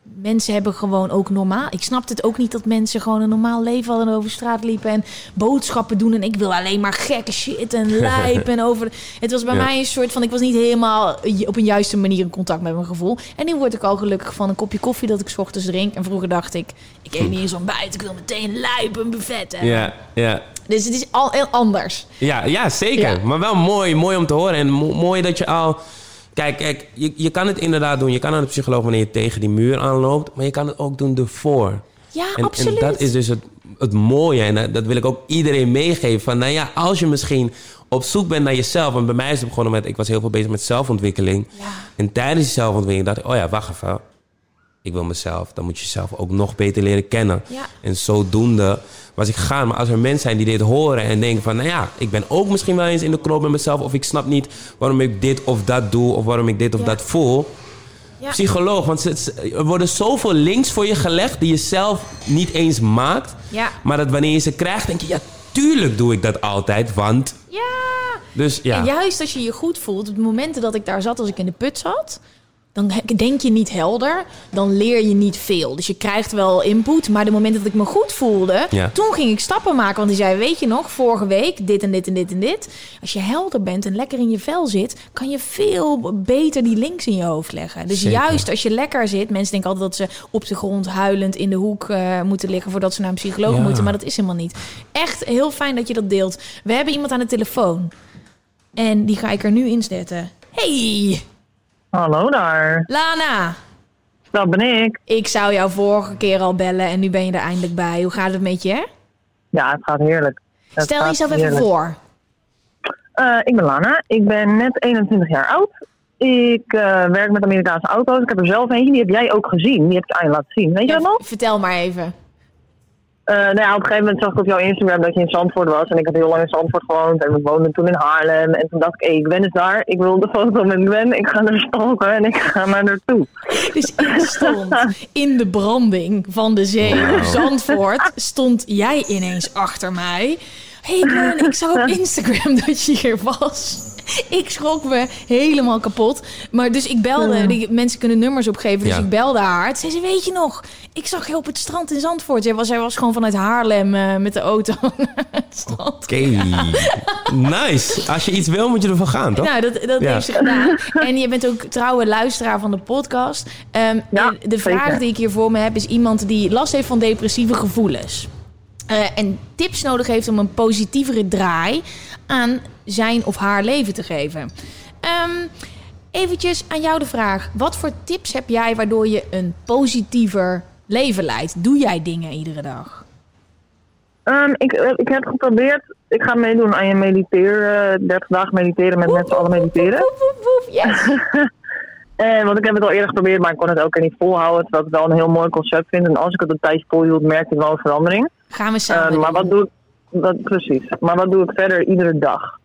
mensen hebben gewoon ook normaal... Ik snapte het ook niet dat mensen gewoon een normaal leven hadden... en over straat liepen en boodschappen doen... en ik wil alleen maar gekke shit en lijp en over... Het was bij mij een soort van... Ik was niet helemaal op een juiste manier in contact met mijn gevoel. En nu word ik al gelukkig van een kopje koffie dat ik 's ochtends drink. En vroeger dacht ik eet niet eens ontbijt. Ik wil meteen lijp, een buffet hebben. Ja. Dus het is al heel anders. Ja, zeker. Ja. Maar wel mooi om te horen. En mooi dat je al... Kijk, je kan het inderdaad doen. Je kan aan de psycholoog wanneer je tegen die muur aanloopt. Maar je kan het ook doen ervoor. Ja, En absoluut. dat is dus het mooie. En dat wil ik ook iedereen meegeven. Van, nou ja, als je misschien op zoek bent naar jezelf. En bij mij is het begonnen met... Ik was heel veel bezig met zelfontwikkeling. Ja. En tijdens die zelfontwikkeling dacht ik... Oh ja, wacht even. Ik wil mezelf. Dan moet je jezelf ook nog beter leren kennen. Ja. En zodoende was ik gegaan. Maar als er mensen zijn die dit horen en denken van... Nou ja, ik ben ook misschien wel eens in de knop met mezelf. Of ik snap niet waarom ik dit of dat doe. Of waarom ik dit of dat voel. Ja. Psycholoog. Want er worden zoveel links voor je gelegd... die je zelf niet eens maakt. Ja. Maar dat wanneer je ze krijgt, denk je... Ja, tuurlijk doe ik dat altijd, want... Ja. Dus ja. En juist als je je goed voelt... op de momenten dat ik daar zat, als ik in de put zat... dan denk je niet helder, dan leer je niet veel. Dus je krijgt wel input, maar de momenten dat ik me goed voelde... toen ging ik stappen maken, want die zei... weet je nog, vorige week dit en dit en dit en dit. Als je helder bent en lekker in je vel zit... kan je veel beter die links in je hoofd leggen. Dus zeker. Juist als je lekker zit... mensen denken altijd dat ze op de grond huilend in de hoek moeten liggen... voordat ze naar een psycholoog moeten, maar dat is helemaal niet. Echt heel fijn dat je dat deelt. We hebben iemand aan de telefoon. En die ga ik er nu inzetten. Hey! Hallo daar. Lana. Dat ben ik. Ik zou jou vorige keer al bellen en nu ben je er eindelijk bij. Hoe gaat het met je? Ja, het gaat heerlijk. Stel jezelf even voor. Ik ben Lana. Ik ben net 21 jaar oud. Ik werk met Amerikaanse auto's. Ik heb er zelf eentje. Die heb jij ook gezien. Die heb ik aan je laten zien. Weet je dat nog? Vertel maar even. Op een gegeven moment zag ik op jouw Instagram dat je in Zandvoort was. En ik had heel lang in Zandvoort gewoond. En we woonden toen in Haarlem. En toen dacht ik, Gwen is daar. Ik wil de foto met Gwen. Ik ga er stalken en ik ga naar naartoe. Dus ik stond in de branding van de zee op Zandvoort. Stond jij ineens achter mij. Hey Gwen, ik zag op Instagram dat je hier was. Ik schrok me helemaal kapot. Maar dus ik belde, die mensen kunnen nummers opgeven. Dus ik belde haar. Ze zei, weet je nog, ik zag je op het strand in Zandvoort. Zij was gewoon vanuit Haarlem met de auto naar het strand. Oké. Nice. Als je iets wil, moet je ervoor gaan, toch? Nou, dat heeft ze gedaan. En je bent ook trouwe luisteraar van de podcast. De vraag zeker. die ik hier voor me heb is iemand die last heeft van depressieve gevoelens. En tips nodig heeft om een positievere draai aan zijn of haar leven te geven. Eventjes aan jou de vraag. Wat voor tips heb jij waardoor je een positiever leven leidt? Doe jij dingen iedere dag? Ik heb geprobeerd... Ik ga meedoen aan je 30 dagen mediteren met mensen allen mediteren. Yes. Want ik heb het al eerder geprobeerd, maar ik kon het elke keer niet volhouden. Terwijl ik het wel een heel mooi concept vind. En als ik het een tijdje volhield, merkte ik wel een verandering. Gaan we samen maar precies. Maar wat doe ik verder iedere dag?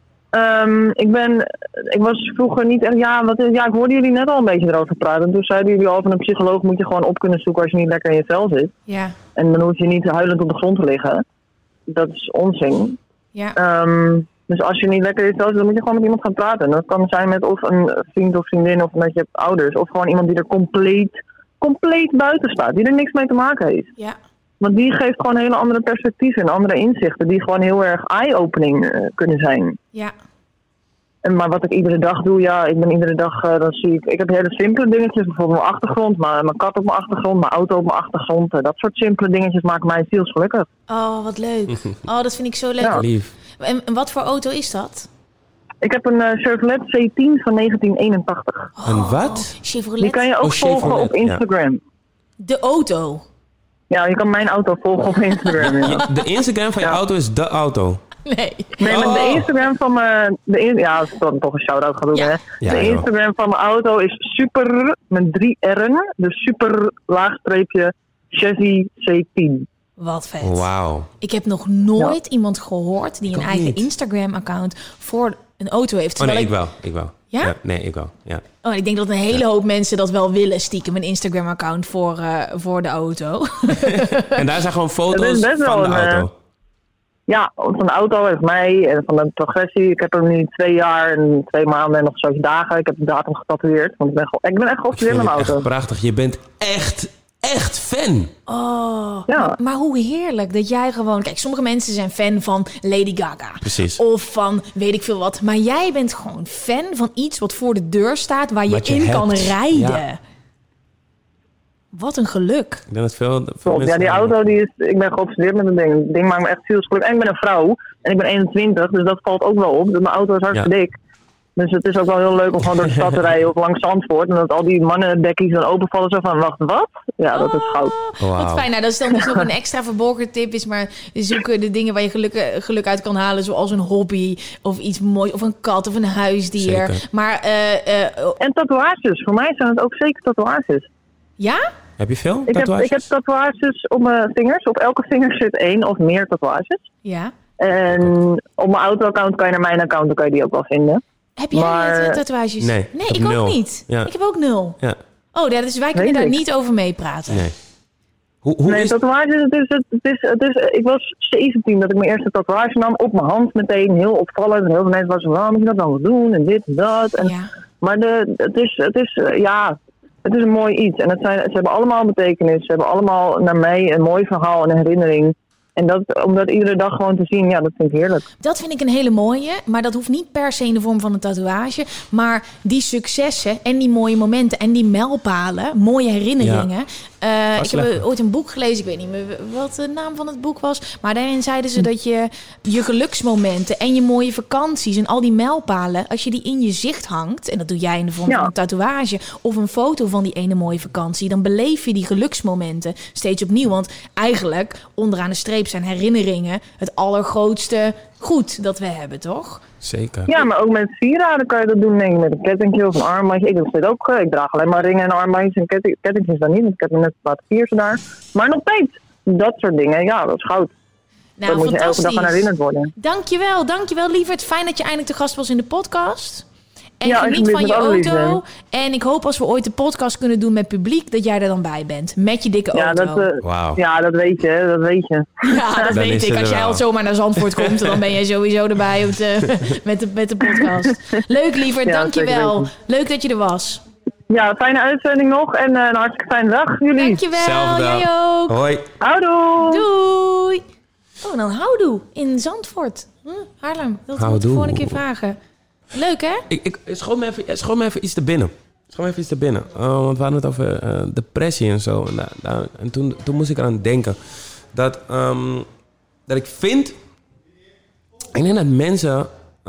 Ik was vroeger niet echt... ik hoorde jullie net al een beetje erover praten. En toen zeiden jullie al van een psycholoog moet je gewoon op kunnen zoeken als je niet lekker in je vel zit. Ja. En dan hoef je niet huilend op de grond te liggen. Dat is onzin. Ja. Dus als je niet lekker in je vel zit, dan moet je gewoon met iemand gaan praten. En dat kan zijn met of een vriend of vriendin of met je ouders. Of gewoon iemand die er compleet buiten staat. Die er niks mee te maken heeft. Ja. Want die geeft gewoon hele andere perspectieven en andere inzichten. Die gewoon heel erg eye-opening kunnen zijn. Ja. Maar wat ik iedere dag doe, ik ben iedere dag, dan zie ik... Ik heb hele simpele dingetjes, bijvoorbeeld mijn achtergrond, mijn kat op mijn achtergrond, mijn auto op mijn achtergrond. Dat soort simpele dingetjes maken mij zielsgelukkig. Oh, wat leuk. Oh, dat vind ik zo leuk. Ja. Lief. En wat voor auto is dat? Ik heb een Chevrolet C10 van 1981. Een wat? Chevrolet? Die kan je ook volgen op Instagram. Ja. De auto? Ja, je kan mijn auto volgen op Instagram. Ja. De Instagram van je auto is de auto? Nee, maar de Instagram van mijn... dat is toch een shout-out gaan doen, hè? Ja, de Instagram van mijn auto is super, met 3 R'en. Dus super laagstreepje Chevy C10. Wat vet. Wauw. Ik heb nog nooit iemand gehoord die een eigen Instagram-account voor een auto heeft. Nee, ik wel. Ja? Nee, ik wel. Ja. Oh, ik denk dat een hele hoop mensen dat wel willen, stiekem een Instagram-account voor de auto. En daar zijn gewoon foto's van de auto. Ja, van de auto en van mij en van de progressie. Ik heb hem nu 2 jaar en 2 maanden en nog 7 dagen. Ik heb de datum getatoeëerd, want ik ben echt geobsedeerd met mijn auto. Echt prachtig. Je bent echt fan. Oh, ja. Maar hoe heerlijk dat jij gewoon... Kijk, sommige mensen zijn fan van Lady Gaga. Precies. Of van weet ik veel wat. Maar jij bent gewoon fan van iets wat voor de deur staat... waar je in kan rijden. Ja. Wat een geluk. Ik denk dat veel mensen... die auto, ik ben geobsedeerd met een ding. Het ding maakt me echt zielsgelukkig. En ik ben een vrouw. En ik ben 21, dus dat valt ook wel op. Dus mijn auto is hartstikke dik. Dus het is ook wel heel leuk om gewoon door de stad te rijden of langs Zandvoort. En dat al die mannendekkies dan openvallen zo van, wacht, wat? Ja, dat is goud. Wow. Wat fijn. Nou, dat is dan nog een extra verborgen tip. Is maar zoeken de dingen waar je geluk uit kan halen. Zoals een hobby of iets moois. Of een kat of een huisdier. Zeker. Maar, en tatoeages. Voor mij zijn het ook zeker tatoeages. Ja? Heb je veel tatoeages? Ik heb tatoeages op mijn vingers. Op elke vinger zit 1 of meer tatoeages. Ja. En op mijn auto-account kan je naar mijn account, dan kan je die ook wel vinden. Heb jij tatoeages? Nee, ik ook niet. Ja. Ik heb ook 0. Ja. Oh, dus wij kunnen daar niet over meepraten. Nee. Nee, tatoeages, ik was 17 dat ik mijn eerste tatoeage nam op mijn hand meteen. Heel opvallend. En heel veel mensen waren zo, waarom moet je dat dan doen? En dit en dat. En, ja. Maar het is een mooi iets. En ze hebben allemaal betekenis. Ze hebben allemaal naar mij een mooi verhaal en een herinnering. En om dat iedere dag gewoon te zien, ja, dat vind ik heerlijk. Dat vind ik een hele mooie, maar dat hoeft niet per se in de vorm van een tatoeage. Maar die successen en die mooie momenten en die mijlpalen, mooie herinneringen. Ja. Ik heb ooit een boek gelezen, ik weet niet meer wat de naam van het boek was. Maar daarin zeiden ze dat je geluksmomenten en je mooie vakanties en al die mijlpalen, als je die in je zicht hangt, en dat doe jij in de vorm van een tatoeage of een foto van die ene mooie vakantie, dan beleef je die geluksmomenten steeds opnieuw. Want eigenlijk, onderaan de streep zijn herinneringen het allergrootste goed dat we hebben, toch? Zeker. Ja, maar ook met sieraden kan je dat doen, denk ik, met een kettingje of een armbandje. Ik draag alleen maar ringen en armbandjes en kettingjes dan niet, want ik heb me net laten piercen daar. Maar nog steeds, dat soort dingen, ja, dat is goud. Nou, daar moet je elke dag aan herinnerd worden. Dankjewel lieverd. Fijn dat je eindelijk te gast was in de podcast. En geniet van je auto. En ik hoop als we ooit de podcast kunnen doen met publiek, dat jij er dan bij bent. Met je dikke auto. Ja, dat weet je. Ja, dat weet ik. Als jij al zomaar naar Zandvoort komt, dan ben jij sowieso erbij met de podcast. Leuk, lieverd. Dankjewel. Leuk dat je er was. Ja, fijne uitzending nog. En een hartstikke fijne dag, jullie. Dankjewel. Zelfde. Jij ook. Hoi. Houdoe. Doei. Oh, dan houdoe. In Zandvoort. Haarlem. Wilt u het de volgende keer vragen? Leuk, hè? Ik schoot me even iets te binnen. Want we hadden het over depressie en zo. En toen moest ik eraan denken. Dat ik vind... Ik denk dat mensen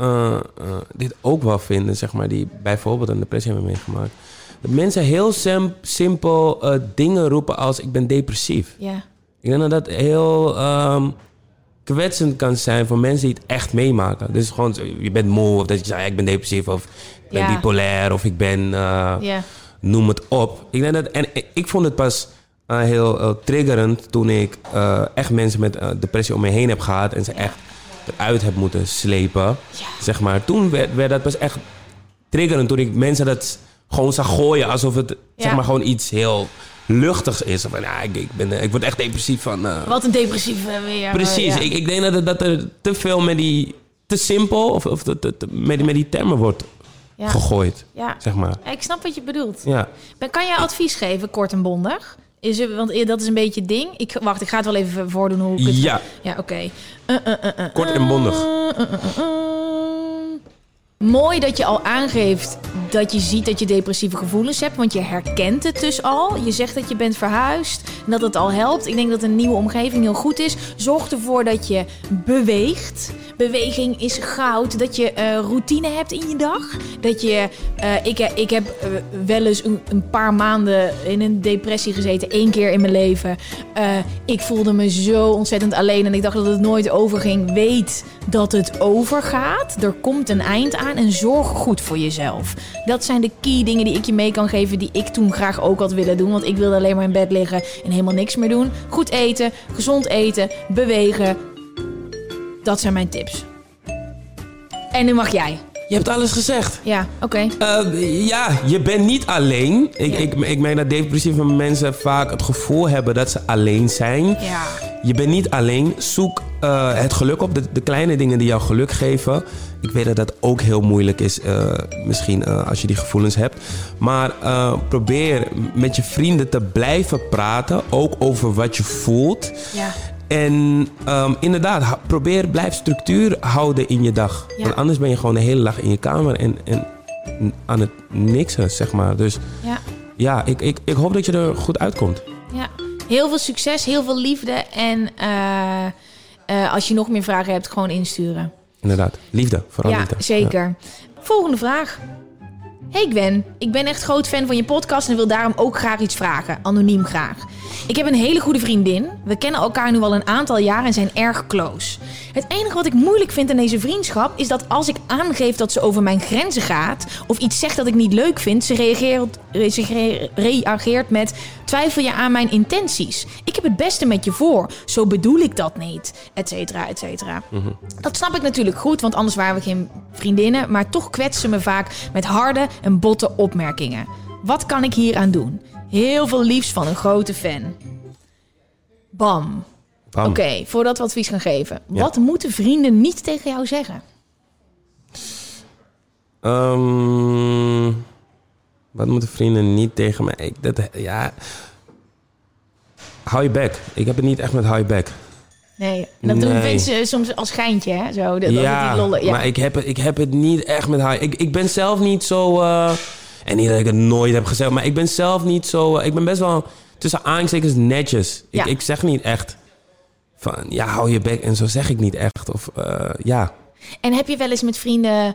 dit ook wel vinden, zeg maar, die bijvoorbeeld een depressie hebben meegemaakt. Dat mensen heel simpel dingen roepen als ik ben depressief. Ja. Ik denk dat dat heel... kwetsend kan zijn voor mensen die het echt meemaken. Dus gewoon, je bent moe, of dat je zegt, ik ben depressief, of ik ben bipolair, of ik ben, noem het op. Ik denk en ik vond het pas heel triggerend toen ik echt mensen met depressie om me heen heb gehad en ze echt eruit heb moeten slepen. Ja. Zeg maar. Toen werd dat pas echt triggerend, toen ik mensen dat gewoon zag gooien alsof het zeg maar gewoon iets heel luchtigs is. Van, ik word echt depressief van... Wat een depressief weer. Precies. Ja. Ik denk dat er te veel met die... te simpel of met die termen wordt gegooid. Ja. Zeg maar. Ik snap wat je bedoelt. Ja. Kan jij advies geven, kort en bondig? Want dat is een beetje het ding. Ik ga het wel even voordoen hoe ik het... Ja. Ja, oké. Kort en bondig. Mooi dat je al aangeeft dat je ziet dat je depressieve gevoelens hebt. Want je herkent het dus al. Je zegt dat je bent verhuisd en dat het al helpt. Ik denk dat een nieuwe omgeving heel goed is. Zorg ervoor dat je beweegt. Beweging is goud. Dat je routine hebt in je dag. Dat je... Ik heb wel eens een paar maanden in een depressie gezeten. 1 keer in mijn leven. Ik voelde me zo ontzettend alleen. En ik dacht dat het nooit overging. Weet dat het overgaat. Er komt een eind aan. En zorg goed voor jezelf. Dat zijn de key dingen die ik je mee kan geven. Die ik toen graag ook had willen doen. Want ik wilde alleen maar in bed liggen. En helemaal niks meer doen. Goed eten. Gezond eten. Bewegen. Dat zijn mijn tips. En nu mag jij. Je hebt alles gezegd. Ja, oké. Ja, je bent niet alleen. Ik meen dat depressieve mensen vaak het gevoel hebben dat ze alleen zijn. Ja. Je bent niet alleen. Zoek het geluk op. De kleine dingen die jou geluk geven. Ik weet dat dat ook heel moeilijk is. Misschien als je die gevoelens hebt. Maar probeer met je vrienden te blijven praten. Ook over wat je voelt. Ja. En inderdaad, blijf structuur houden in je dag. Ja. Want anders ben je gewoon de hele dag in je kamer en aan het niksen, zeg maar. Dus ja, ik hoop dat je er goed uitkomt. Ja, heel veel succes, heel veel liefde. En als je nog meer vragen hebt, gewoon insturen. Inderdaad, liefde, vooral liefde. Zeker. Ja. Volgende vraag. Hey Gwen, ik ben echt groot fan van je podcast en wil daarom ook graag iets vragen. Anoniem graag. Ik heb een hele goede vriendin. We kennen elkaar nu al een aantal jaar en zijn erg close. Het enige wat ik moeilijk vind aan deze vriendschap is dat als ik aangeef dat ze over mijn grenzen gaat of iets zegt dat ik niet leuk vind, ze reageert met: twijfel je aan mijn intenties? Ik heb het beste met je voor. Zo bedoel ik dat niet. Etcetera, etcetera. Mm-hmm. Dat snap ik natuurlijk goed, want anders waren we geen vriendinnen. Maar toch kwetsen ze me vaak met harde en botte opmerkingen. Wat kan ik hier aan doen? Heel veel liefs van een grote fan. Bam. Oké, voordat we advies gaan geven. Ja. Wat moeten vrienden niet tegen jou zeggen? Wat moeten vrienden niet tegen mij? Hou je bek. Ik heb het niet echt met hou je bek. Nee, en dat doen mensen soms als geintje, hè? Zo, die lollen. Ja, maar ik heb het niet echt met hou. Ik ben zelf niet zo... En niet dat ik het nooit heb gezegd, maar ik ben zelf niet zo... ik ben best wel tussen aanstekens netjes. Ik zeg niet echt van, hou je bek en zo zeg ik niet echt. Of, En heb je wel eens met vrienden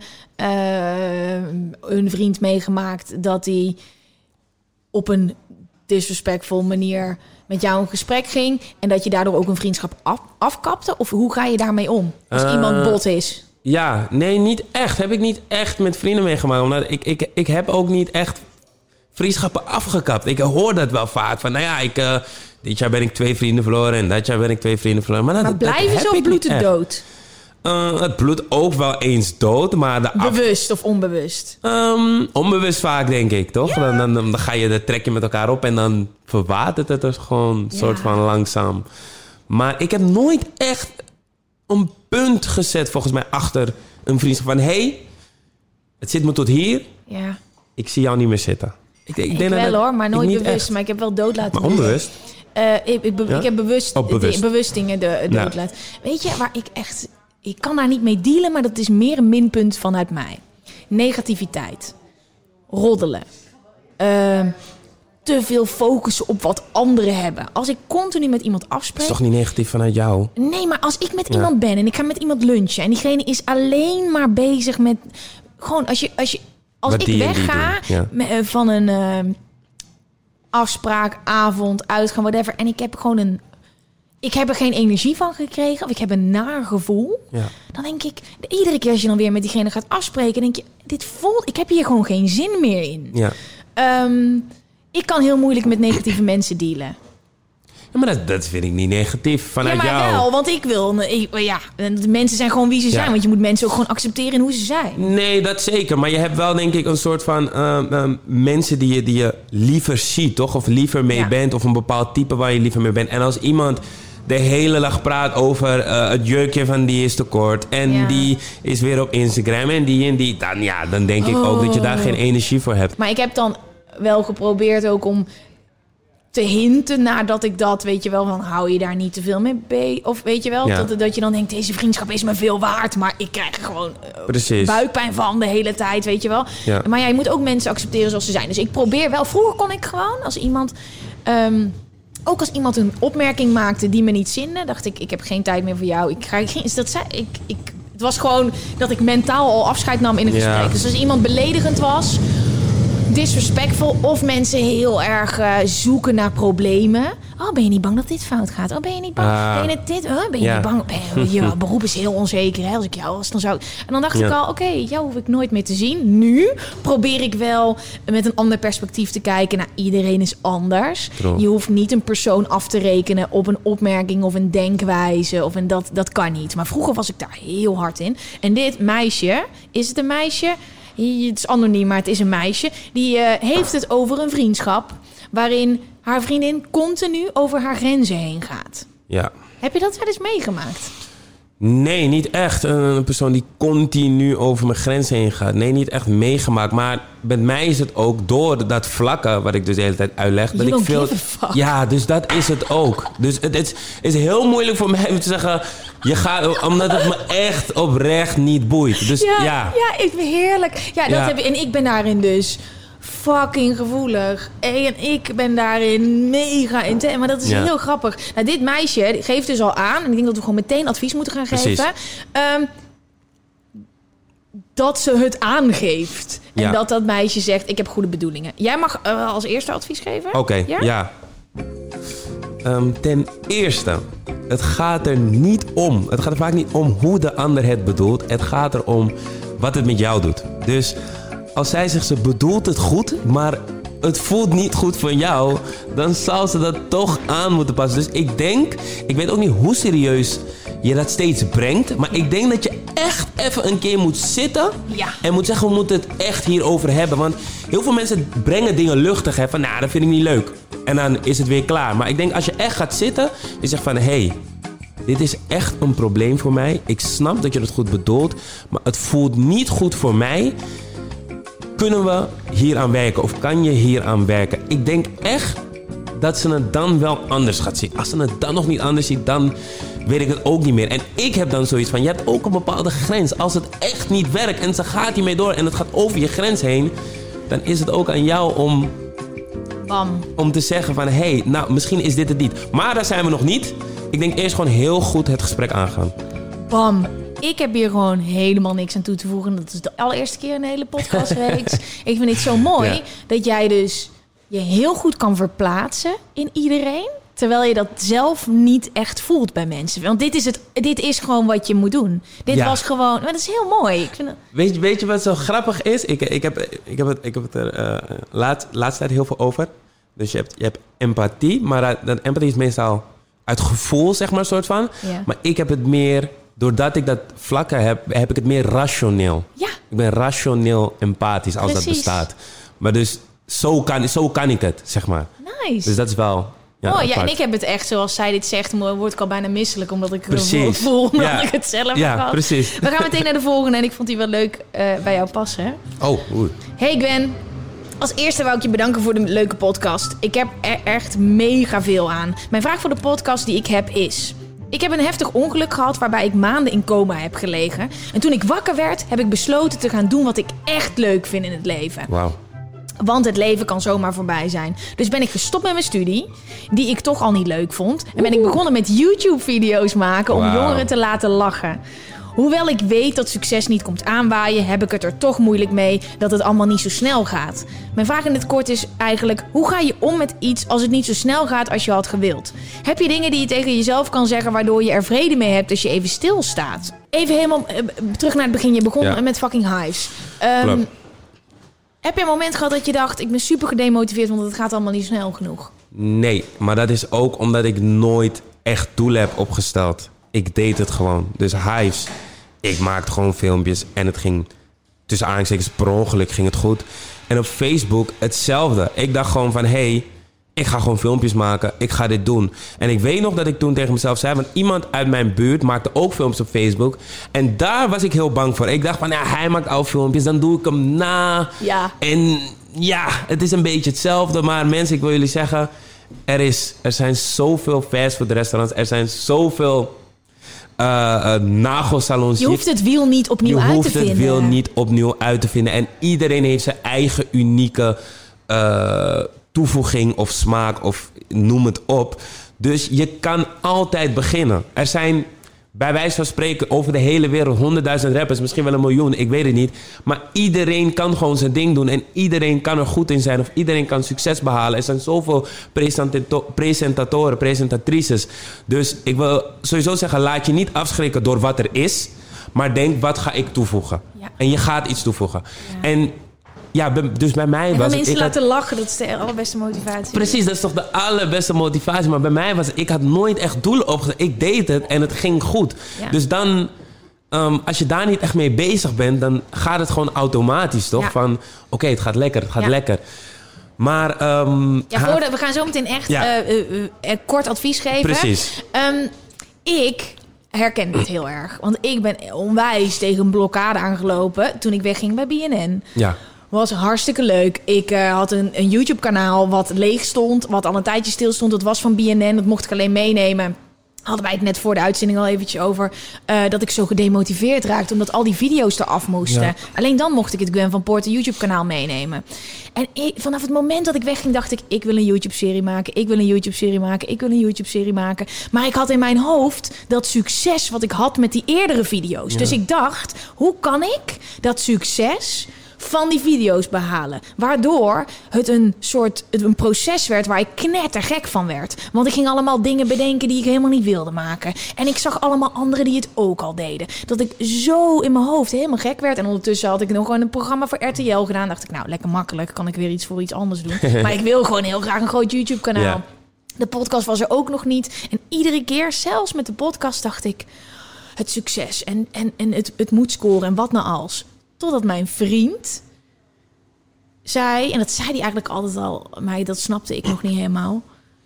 een vriend meegemaakt dat hij op een disrespectful manier met jou in gesprek ging en dat je daardoor ook een vriendschap afkapte? Of hoe ga je daarmee om als iemand bot is? Ja, nee, niet echt. Heb ik niet echt met vrienden meegemaakt. Omdat ik heb ook niet echt vriendschappen afgekapt. Ik hoor dat wel vaak. Van, dit jaar ben ik 2 vrienden verloren en dat jaar ben ik 2 vrienden verloren. Maar blijven ze of bloedt het dood? Het bloedt ook wel eens dood, maar... Bewust of onbewust? Onbewust vaak, denk ik, toch? Ja. Dan ga je trek je met elkaar op en dan verwatert het dus gewoon soort van langzaam. Maar ik heb nooit echt een punt gezet, volgens mij, achter een vriendschap van... Hey, het zit me tot hier. Ja. Ik zie jou niet meer zitten. Ik denk wel dat hoor, maar nooit bewust. Echt. Maar ik heb wel dood laten Maar onbewust? Ik heb bewust dingen dood laten. Weet je, waar ik echt... Ik kan daar niet mee dealen, maar dat is meer een minpunt vanuit mij. Negativiteit. Roddelen. Te veel focussen op wat anderen hebben. Als ik continu met iemand afspreek... Dat is toch niet negatief vanuit jou? Nee, maar als ik met iemand ben en ik ga met iemand lunchen... en diegene is alleen maar bezig met... Gewoon, als ik wegga van een afspraak, avond, uitgaan, whatever... en ik heb gewoon ik heb er geen energie van gekregen... of ik heb een naar gevoel... dan denk ik... iedere keer als je dan weer met diegene gaat afspreken... denk je, ik heb hier gewoon geen zin meer in. Ja. Ik kan heel moeilijk met negatieve mensen dealen. Ja, maar dat vind ik niet negatief vanuit jou. Ja, maar wel, want de mensen zijn gewoon wie ze zijn. Want je moet mensen ook gewoon accepteren in hoe ze zijn. Nee, dat zeker. Maar je hebt wel, denk ik, een soort van mensen die je liever ziet, toch? Of liever mee bent. Of een bepaald type waar je liever mee bent. En als iemand de hele dag praat over het jurkje van die is te kort. En die is weer op Instagram. En die. Dan denk ik ook dat je daar geen energie voor hebt. Maar ik heb dan wel geprobeerd ook om te hinten nadat ik dat, weet je wel, van hou je daar niet te veel mee of weet je wel, dat je dan denkt, deze vriendschap is me veel waard, maar ik krijg er gewoon buikpijn van de hele tijd, weet je wel. Ja. Maar je moet ook mensen accepteren zoals ze zijn. Dus ik probeer wel, vroeger kon ik gewoon, als iemand ook als iemand een opmerking maakte die me niet zinde, dacht ik heb geen tijd meer voor jou. Het was gewoon dat ik mentaal al afscheid nam in het gesprek. Dus als iemand beledigend was, disrespectful of mensen heel erg zoeken naar problemen. Oh, ben je niet bang dat dit fout gaat? Oh, ben je niet bang? Ben je dit? Oh, ben je niet bang? Je beroep is heel onzeker. Hè? Als ik jou was, dan zou ik... En dan dacht ik al, oké, jou hoef ik nooit meer te zien. Nu probeer ik wel met een ander perspectief te kijken. Nou, iedereen is anders. True. Je hoeft niet een persoon af te rekenen op een opmerking of een denkwijze. Dat kan niet. Maar vroeger was ik daar heel hard in. En dit meisje, is het een meisje? Het is anoniem, maar het is een meisje. Die heeft het over een vriendschap waarin haar vriendin continu over haar grenzen heen gaat. Ja. Heb je dat wel eens meegemaakt? Nee, niet echt. Een persoon die continu over mijn grenzen heen gaat. Nee, niet echt meegemaakt. Maar met mij is het ook door dat vlakke, wat ik dus de hele tijd uitleg. Dat ik veel. Ja, dus dat is het ook. Dus het is heel moeilijk voor mij om te zeggen, je gaat, omdat het me echt oprecht niet boeit. Dus ja, ik ben heerlijk. Ja, dat heb ik. En ik ben daarin dus fucking gevoelig. En ik ben daarin mega intens. Maar dat is heel grappig. Nou, dit meisje geeft dus al aan, en ik denk dat we gewoon meteen advies moeten gaan geven. Dat ze het aangeeft. En dat meisje zegt, ik heb goede bedoelingen. Jij mag als eerste advies geven. Oké, ja. Ten eerste, het gaat er niet om. Het gaat er vaak niet om hoe de ander het bedoelt. Het gaat erom wat het met jou doet. Dus als zij zegt, ze bedoelt het goed, maar het voelt niet goed voor jou, dan zal ze dat toch aan moeten passen. Dus ik weet ook niet hoe serieus je dat steeds brengt, maar ik denk dat je echt even een keer moet zitten en moet zeggen, we moeten het echt hierover hebben. Want heel veel mensen brengen dingen luchtig, hè, van nou, dat vind ik niet leuk. En dan is het weer klaar. Maar ik denk, als je echt gaat zitten, je zegt van, hey, dit is echt een probleem voor mij. Ik snap dat je het goed bedoelt, maar het voelt niet goed voor mij. Kunnen we hier aan werken? Of kan je hier aan werken? Ik denk echt dat ze het dan wel anders gaat zien. Als ze het dan nog niet anders ziet, dan weet ik het ook niet meer. En ik heb dan zoiets van, je hebt ook een bepaalde grens. Als het echt niet werkt en ze gaat hiermee door en het gaat over je grens heen, dan is het ook aan jou om te zeggen van, hey, nou, misschien is dit het niet. Maar daar zijn we nog niet. Ik denk eerst gewoon heel goed het gesprek aangaan. Bam. Ik heb hier gewoon helemaal niks aan toe te voegen. Dat is de allereerste keer in de hele podcastreeks. Ik vind het zo mooi dat jij dus je heel goed kan verplaatsen in iedereen, terwijl je dat zelf niet echt voelt bij mensen. Want dit is gewoon wat je moet doen. Dit was gewoon, maar dat is heel mooi. Ik vind het... Weet je wat zo grappig is? Ik heb het er laatst tijd heel veel over. Dus je hebt empathie, maar dat empathie is meestal uit gevoel, zeg maar, soort van. Ja. Maar ik heb het meer, doordat ik dat vlakken heb ik het meer rationeel. Ja. Ik ben rationeel empathisch, als dat bestaat. Maar dus zo kan ik het, zeg maar. Nice. Dus dat is wel... en ik heb het echt, zoals zij dit zegt, word ik al bijna misselijk, omdat ik het voel, omdat ik het zelf heb gehad. Precies. We gaan meteen naar de volgende en ik vond die wel leuk bij jou passen. Oh, oei. Hey Gwen, als eerste wou ik je bedanken voor de leuke podcast. Ik heb er echt mega veel aan. Mijn vraag voor de podcast die ik heb is: ik heb een heftig ongeluk gehad waarbij ik maanden in coma heb gelegen. En toen ik wakker werd, heb ik besloten te gaan doen wat ik echt leuk vind in het leven. Wauw. Want het leven kan zomaar voorbij zijn. Dus ben ik gestopt met mijn studie, die ik toch al niet leuk vond. En ben ik begonnen met YouTube-video's maken om jongeren te laten lachen. Hoewel ik weet dat succes niet komt aanwaaien, heb ik het er toch moeilijk mee dat het allemaal niet zo snel gaat. Mijn vraag in het kort is eigenlijk: hoe ga je om met iets als het niet zo snel gaat als je had gewild? Heb je dingen die je tegen jezelf kan zeggen waardoor je er vrede mee hebt als je even stilstaat? Even helemaal terug naar het begin. Je begon met fucking hives. Heb je een moment gehad dat je dacht, ik ben super gedemotiveerd, want het gaat allemaal niet snel genoeg? Nee, maar dat is ook omdat ik nooit echt doelen heb opgesteld. Ik deed het gewoon. Dus hives, ik maakte gewoon filmpjes en het ging, tussen aanhalingstekens per ongeluk, ging het goed. En op Facebook hetzelfde. Ik dacht gewoon van, hey, ik ga gewoon filmpjes maken. Ik ga dit doen. En ik weet nog dat ik toen tegen mezelf zei, want iemand uit mijn buurt maakte ook filmpjes op Facebook. En daar was ik heel bang voor. Ik dacht van, hij maakt al filmpjes, dan doe ik hem na. Ja. En ja, het is een beetje hetzelfde. Maar mensen, ik wil jullie zeggen, er zijn zoveel fastfoodrestaurants. Er zijn zoveel nagelsalons. Je hoeft het wiel niet opnieuw uit te vinden. Je hoeft het wiel niet opnieuw uit te vinden. En iedereen heeft zijn eigen unieke toevoeging of smaak of noem het op. Dus je kan altijd beginnen. Er zijn bij wijze van spreken over de hele wereld 100.000 rappers, misschien wel 1 miljoen, ik weet het niet. Maar iedereen kan gewoon zijn ding doen en iedereen kan er goed in zijn of iedereen kan succes behalen. Er zijn zoveel presentatoren, presentatrices. Dus ik wil sowieso zeggen, laat je niet afschrikken door wat er is, maar denk, wat ga ik toevoegen? Ja. En je gaat iets toevoegen. Ja. En ja, dus bij mij was het... mensen laten lachen, dat is de allerbeste motivatie. Precies, dat is toch de allerbeste motivatie. Maar bij mij was het... Ik had nooit echt doelen opgezet. Ik deed het en het ging goed. Ja. Dus dan... als je daar niet echt mee bezig bent, dan gaat het gewoon automatisch, toch? Ja. Van, oké, het gaat lekker, het gaat lekker. Maar... we gaan zo meteen echt kort advies geven. Precies. Ik herken dit heel erg. Want ik ben onwijs tegen een blokkade aangelopen toen ik wegging bij BNN. Ja. Was hartstikke leuk. Ik had een YouTube-kanaal wat leeg stond, wat al een tijdje stil stond. Dat was van BNN, dat mocht ik alleen meenemen. Hadden wij het net voor de uitzending al eventjes over... dat ik zo gedemotiveerd raakte, omdat al die video's eraf moesten. Ja. Alleen dan mocht ik het Gwen van Poorten YouTube-kanaal meenemen. En vanaf het moment dat ik wegging, dacht ik wil een YouTube-serie maken. Ik wil een YouTube-serie maken. Ik wil een YouTube-serie maken. Maar ik had in mijn hoofd dat succes wat ik had met die eerdere video's. Ja. Dus ik dacht, hoe kan ik dat succes van die video's behalen? Waardoor het een proces werd waar ik knettergek van werd. Want ik ging allemaal dingen bedenken die ik helemaal niet wilde maken. En ik zag allemaal anderen die het ook al deden. Dat ik zo in mijn hoofd helemaal gek werd. En ondertussen had ik nog gewoon een programma voor RTL gedaan. Dacht ik, nou, lekker makkelijk. Kan ik weer iets voor iets anders doen. Maar ik wil gewoon heel graag een groot YouTube-kanaal. Ja. De podcast was er ook nog niet. En iedere keer, zelfs met de podcast, dacht ik... het succes en het moet scoren en wat nou als... Totdat mijn vriend zei... en dat zei hij eigenlijk altijd al... maar dat snapte ik nog niet helemaal.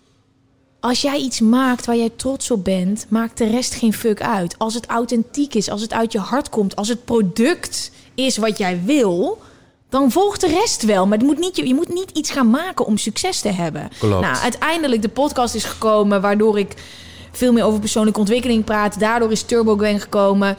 Als jij iets maakt waar jij trots op bent... maakt de rest geen fuck uit. Als het authentiek is, als het uit je hart komt... als het product is wat jij wil... dan volgt de rest wel. Maar je moet niet iets gaan maken om succes te hebben. Klopt. Nou, uiteindelijk de podcast is gekomen... waardoor ik veel meer over persoonlijke ontwikkeling praat. Daardoor is Turbo Gwen gekomen...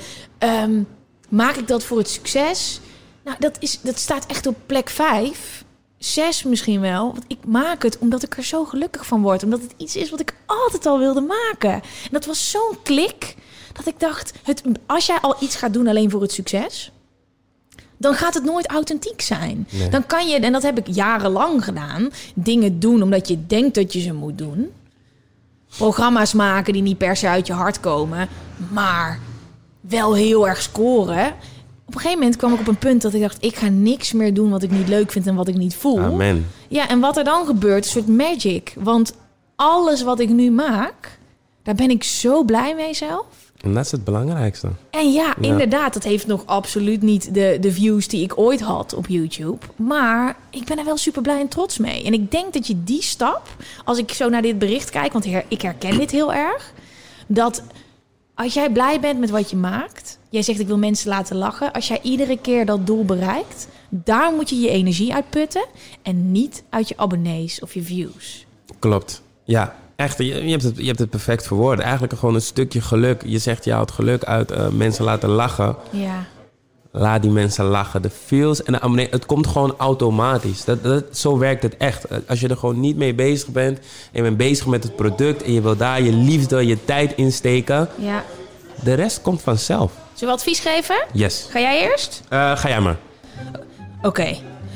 maak ik dat voor het succes? Nou, dat staat echt op plek 5. 6 misschien wel. Want ik maak het omdat ik er zo gelukkig van word. Omdat het iets is wat ik altijd al wilde maken. En dat was zo'n klik dat ik dacht... als jij al iets gaat doen alleen voor het succes... dan gaat het nooit authentiek zijn. Nee. Dan kan je, en dat heb ik jarenlang gedaan... dingen doen omdat je denkt dat je ze moet doen. Programma's maken die niet per se uit je hart komen... maar... wel heel erg scoren. Op een gegeven moment kwam ik op een punt dat ik dacht... ik ga niks meer doen wat ik niet leuk vind en wat ik niet voel. Amen. Ja, en wat er dan gebeurt, is een soort magic. Want alles wat ik nu maak... daar ben ik zo blij mee zelf. En dat is het belangrijkste. En ja, inderdaad, dat heeft nog absoluut niet de views die ik ooit had op YouTube. Maar ik ben er wel super blij en trots mee. En ik denk dat je die stap, als ik zo naar dit bericht kijk... want ik herken dit heel erg... dat... als jij blij bent met wat je maakt... jij zegt ik wil mensen laten lachen... als jij iedere keer dat doel bereikt... daar moet je je energie uit putten... en niet uit je abonnees of je views. Klopt. Ja, echt. Je hebt het perfect verwoord. Eigenlijk gewoon een stukje geluk. Je zegt je haalt geluk uit mensen laten lachen. Ja. Laat die mensen lachen. De views en de abonnees, het komt gewoon automatisch. Zo werkt het echt. Als je er gewoon niet mee bezig bent... en je bent bezig met het product... en je wil daar je liefde, je tijd insteken... Ja. De rest komt vanzelf. Zullen we advies geven? Yes. Ga jij eerst? Ga jij maar. Oké.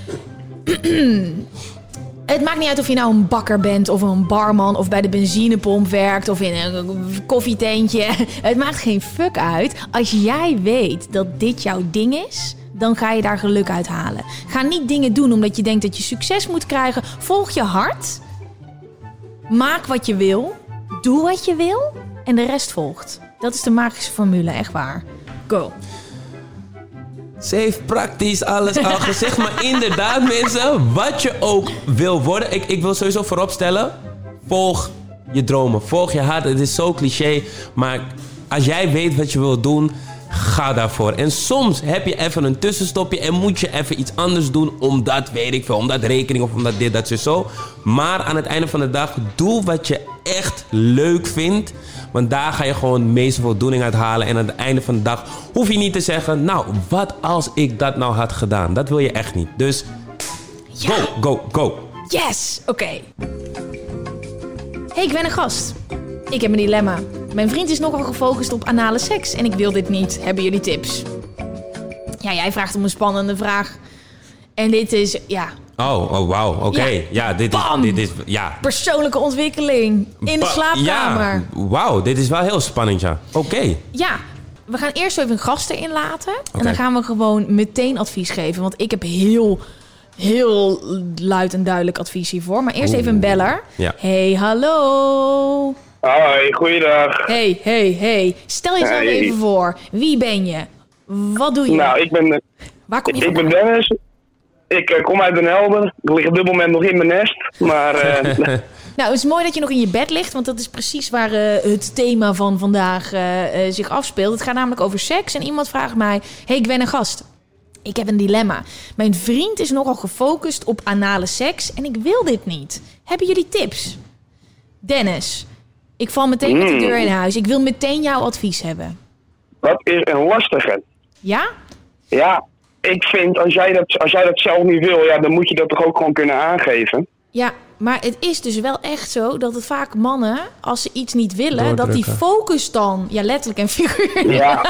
Het maakt niet uit of je nou een bakker bent... of een barman, of bij de benzinepomp werkt... of in een koffietentje. Het maakt geen fuck uit. Als jij weet dat dit jouw ding is... dan ga je daar geluk uit halen. Ga niet dingen doen omdat je denkt dat je succes moet krijgen. Volg je hart. Maak wat je wil. Doe wat je wil. En de rest volgt. Dat is de magische formule, echt waar. Go. Ze heeft praktisch alles al gezegd. Maar inderdaad, mensen, wat je ook wil worden... Ik wil sowieso vooropstellen... volg je dromen, volg je hart. Het is zo cliché, maar als jij weet wat je wil doen... ga daarvoor. En soms heb je even een tussenstopje... en moet je even iets anders doen... omdat, weet ik veel, omdat rekening... of omdat dit, dat, zo. Maar aan het einde van de dag... doe wat je echt leuk vindt... want daar ga je gewoon de meeste voldoening uit halen... en aan het einde van de dag hoef je niet te zeggen... nou, wat als ik dat nou had gedaan? Dat wil je echt niet. Dus go, go, go. Yes, oké. Hey, ik ben een gast. Ik heb een dilemma. Mijn vriend is nogal gefocust op anale seks en ik wil dit niet. Hebben jullie tips? Ja, jij vraagt om een spannende vraag. En dit is, ja... Oh, wauw. Oké. Ja, dit is... Ja. Persoonlijke ontwikkeling in de slaapkamer. Ja, wauw. Dit is wel heel spannend, ja. Oké. Ja, we gaan eerst even een gast erin laten. Okay. En dan gaan we gewoon meteen advies geven. Want ik heb heel luid en duidelijk advies hiervoor. Maar eerst even een beller. Ja. Hey, hallo. Hoi, goeiedag. Hey. Stel jezelf even voor. Wie ben je? Wat doe je? Nou, Waar kom je vandaan? Ik ben Dennis. Ik kom uit Den Helder. Ik lig op dit moment nog in mijn nest. Maar... Nou, het is mooi dat je nog in je bed ligt. Want dat is precies waar het thema van vandaag zich afspeelt. Het gaat namelijk over seks. En iemand vraagt mij... Hey, ik ben een gast. Ik heb een dilemma. Mijn vriend is nogal gefocust op anale seks. En ik wil dit niet. Hebben jullie tips? Dennis, ik val meteen met de deur in huis. Ik wil meteen jouw advies hebben. Dat is een lastige. Ja? Ja, ik vind als jij dat zelf niet wil, ja, dan moet je dat toch ook gewoon kunnen aangeven. Ja, maar het is dus wel echt zo dat het vaak mannen, als ze iets niet willen, dat die focus dan, ja, letterlijk en figuurlijk. Ja.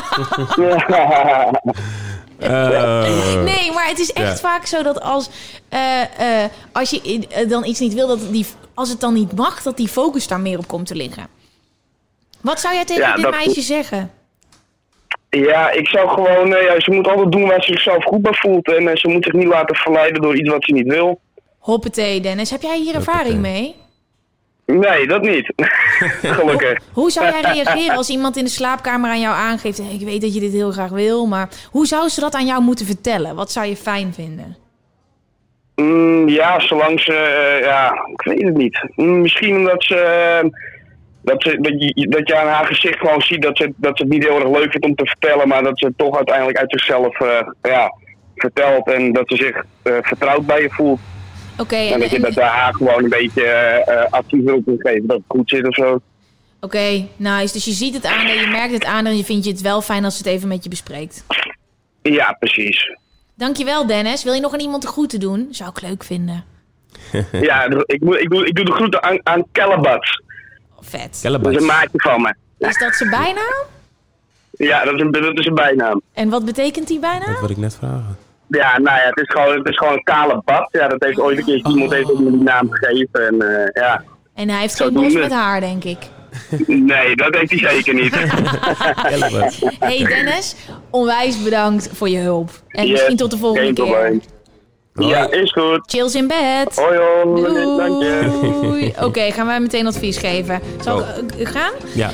Nee, maar het is echt vaak zo dat als je dan iets niet wil, als het dan niet mag, dat die focus daar meer op komt te liggen. Wat zou jij tegen dit meisje zeggen? Ja, ik zou gewoon... ze moet altijd doen waar ze zichzelf goed bij voelt. En ze moet zich niet laten verleiden door iets wat ze niet wil. Hoppatee, Dennis. Heb jij hier ervaring mee? Nee, dat niet. Gelukkig. Hoe zou jij reageren als iemand in de slaapkamer aan jou aangeeft... ik weet dat je dit heel graag wil, maar hoe zou ze dat aan jou moeten vertellen? Wat zou je fijn vinden? Ja, zolang ze... ik weet het niet. Misschien omdat ze... Dat je aan haar gezicht gewoon ziet dat ze het niet heel erg leuk vindt om te vertellen, maar dat ze het toch uiteindelijk uit zichzelf vertelt en dat ze zich vertrouwd bij je voelt. Okay, en dat je dat haar gewoon een beetje advies wil geven dat het goed zit of zo. Oké, nice. Dus je ziet het aan en je merkt het aan en je vindt het wel fijn als ze het even met je bespreekt. Ja, precies. Dankjewel, Dennis. Wil je nog aan iemand de groeten doen? Zou ik leuk vinden. Ja, ik doe de groeten aan Calabat. Vet. Dat is een maatje van me. Is dat zijn bijnaam? Ja, dat is een bijnaam. En wat betekent die bijnaam? Dat wil ik net vragen. Ja, nou ja, het is gewoon een kale bad. Ja, dat heeft ooit een keer iemand die naam gegeven. En, en hij heeft geen bos met haar, denk ik. Nee, dat heeft hij zeker niet. Hey Dennis, onwijs bedankt voor je hulp. En misschien tot de volgende keer. Probleem. Ja, is goed. Chills in bed. Hoi, dank je. Oké, gaan wij meteen advies geven. Zal ik gaan? Ja.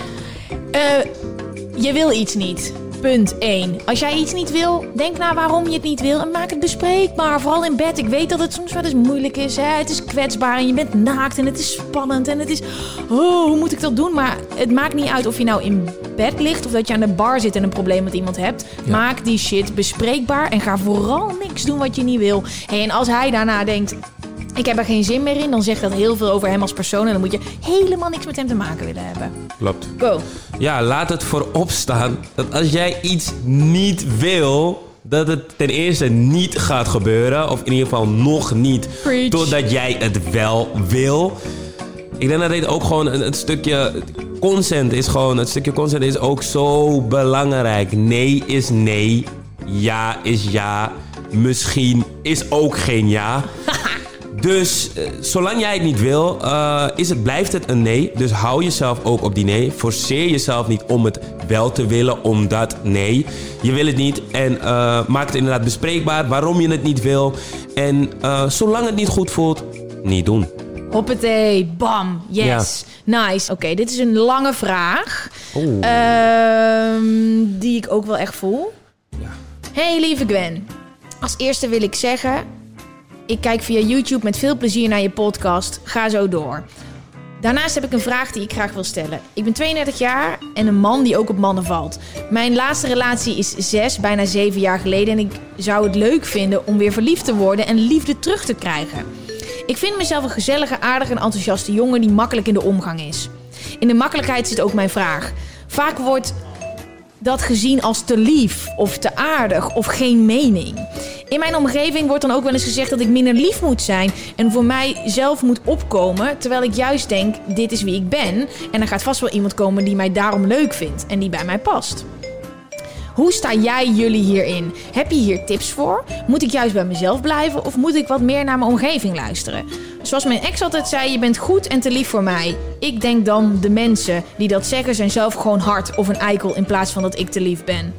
Je wil iets niet. Punt 1. Als jij iets niet wil, denk na waarom je het niet wil en maak het bespreekbaar. Vooral in bed. Ik weet dat het soms wel eens moeilijk is. Hè? Het is kwetsbaar en je bent naakt en het is spannend en het is... Oh, hoe moet ik dat doen? Maar het maakt niet uit of je nou in bed ligt of dat je aan de bar zit en een probleem met iemand hebt. Ja. Maak die shit bespreekbaar en ga vooral niks doen wat je niet wil. Hey, en als hij daarna denkt... Ik heb er geen zin meer in, dan zegt dat heel veel over hem als persoon. En dan moet je helemaal niks met hem te maken willen hebben. Klopt. Go. Ja, laat het voorop staan dat als jij iets niet wil, dat het ten eerste niet gaat gebeuren. Of in ieder geval nog niet. Preach. Totdat jij het wel wil. Ik denk dat dit ook gewoon een stukje consent is. Het stukje consent is ook zo belangrijk. Nee is nee. Ja is ja. Misschien is ook geen ja. Dus zolang jij het niet wil, blijft het een nee. Dus hou jezelf ook op die nee. Forceer jezelf niet om het wel te willen, omdat nee. Je wil het niet en maak het inderdaad bespreekbaar waarom je het niet wil. En zolang het niet goed voelt, niet doen. Hoppatee, bam, yes. Ja. Nice. Oké, dit is een lange vraag. Die ik ook wel echt voel. Ja. Hey lieve Gwen. Als eerste wil ik zeggen... Ik kijk via YouTube met veel plezier naar je podcast. Ga zo door. Daarnaast heb ik een vraag die ik graag wil stellen. Ik ben 32 jaar en een man die ook op mannen valt. Mijn laatste relatie is bijna 7 jaar geleden... en ik zou het leuk vinden om weer verliefd te worden en liefde terug te krijgen. Ik vind mezelf een gezellige, aardige en enthousiaste jongen die makkelijk in de omgang is. In de makkelijkheid zit ook mijn vraag. Vaak wordt dat gezien als te lief of te aardig of geen mening. In mijn omgeving wordt dan ook wel eens gezegd dat ik minder lief moet zijn en voor mijzelf moet opkomen, terwijl ik juist denk, dit is wie ik ben en er gaat vast wel iemand komen die mij daarom leuk vindt en die bij mij past. Hoe sta jij jullie hierin? Heb je hier tips voor? Moet ik juist bij mezelf blijven of moet ik wat meer naar mijn omgeving luisteren? Zoals mijn ex altijd zei, je bent goed en te lief voor mij. Ik denk dan de mensen die dat zeggen zijn zelf gewoon hard of een eikel in plaats van dat ik te lief ben.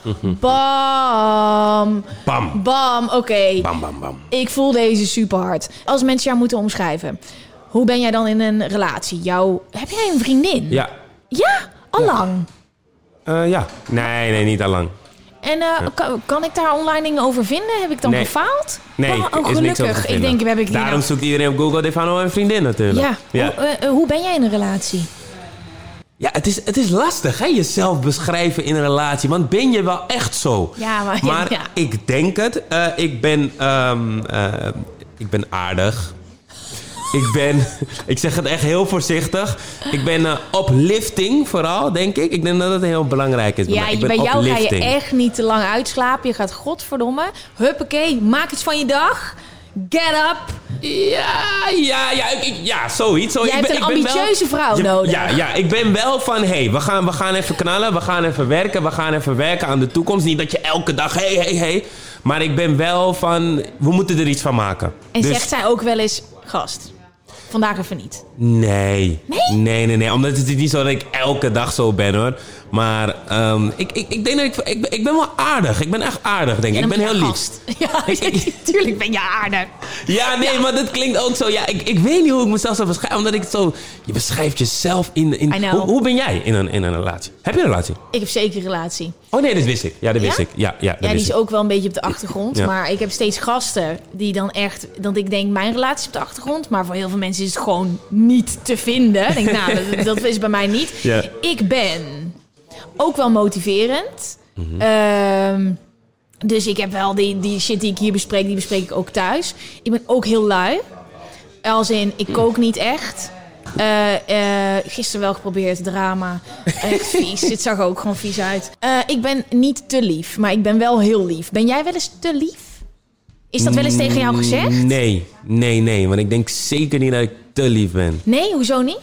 Bam. Bam. Bam, oké. Bam, bam, bam. Ik voel deze super hard. Als mensen jou moeten omschrijven, hoe ben jij dan in een relatie? Heb jij een vriendin? Ja. Ja? Allang? Ja. Nee, niet al lang. En kan ik daar online dingen over vinden? Heb ik dan gefaald? Nee, gelukkig. Is niks over te vinden. Ik denk, heb ik daarom zoekt iedereen op Google Defano een vriendin natuurlijk. Ja. Hoe ben jij in een relatie? Ja, het is lastig, hè? Jezelf beschrijven in een relatie. Want ben je wel echt zo? Ja, maar ik denk het. Ik ben aardig. Ik zeg het echt heel voorzichtig. Ik ben uplifting vooral, denk ik. Ik denk dat het heel belangrijk is. Ja, bij jou ga je echt niet te lang uitslapen. Je gaat godverdomme. Huppakee, maak iets van je dag. Get up. Ja, zoiets. Jij hebt een ambitieuze vrouw nodig. Ja, ik ben wel van, we gaan even knallen. We gaan even werken. We gaan even werken aan de toekomst. Niet dat je elke dag, hey. Maar ik ben wel van, we moeten er iets van maken. En zegt zij ook wel eens, gast, vandaag even niet? Nee. Omdat het is niet zo dat ik elke dag zo ben, hoor. Maar ik denk dat ik ben wel aardig. Ik ben echt aardig, denk ik. Ik ben heel lief. Ja, natuurlijk ben je aardig. Ja, nee, maar dat klinkt ook zo. Ja, ik weet niet hoe ik mezelf zou beschrijven. Omdat ik zo... Je beschrijft jezelf in hoe ben jij in een relatie? Heb je een relatie? Ik heb zeker een relatie. Oh nee, dat wist ik. Ja, dat wist ik. Ja, die is ook wel een beetje op de achtergrond. Ja. Maar ik heb steeds gasten die dan echt... Dat ik denk, mijn relatie is op de achtergrond. Maar voor heel veel mensen is het gewoon niet te vinden. Ik denk, nou, dat is bij mij niet. Ja. Ik ben... ook wel motiverend. Mm-hmm. Dus ik heb wel die shit die ik hier bespreek, die bespreek ik ook thuis. Ik ben ook heel lui. Als in, ik kook niet echt. Gisteren wel geprobeerd, drama. Echt vies. Dit zag ook gewoon vies uit. Ik ben niet te lief, maar ik ben wel heel lief. Ben jij wel eens te lief? Is dat wel eens tegen jou gezegd? Nee. Want ik denk zeker niet dat ik te lief ben. Nee, hoezo niet?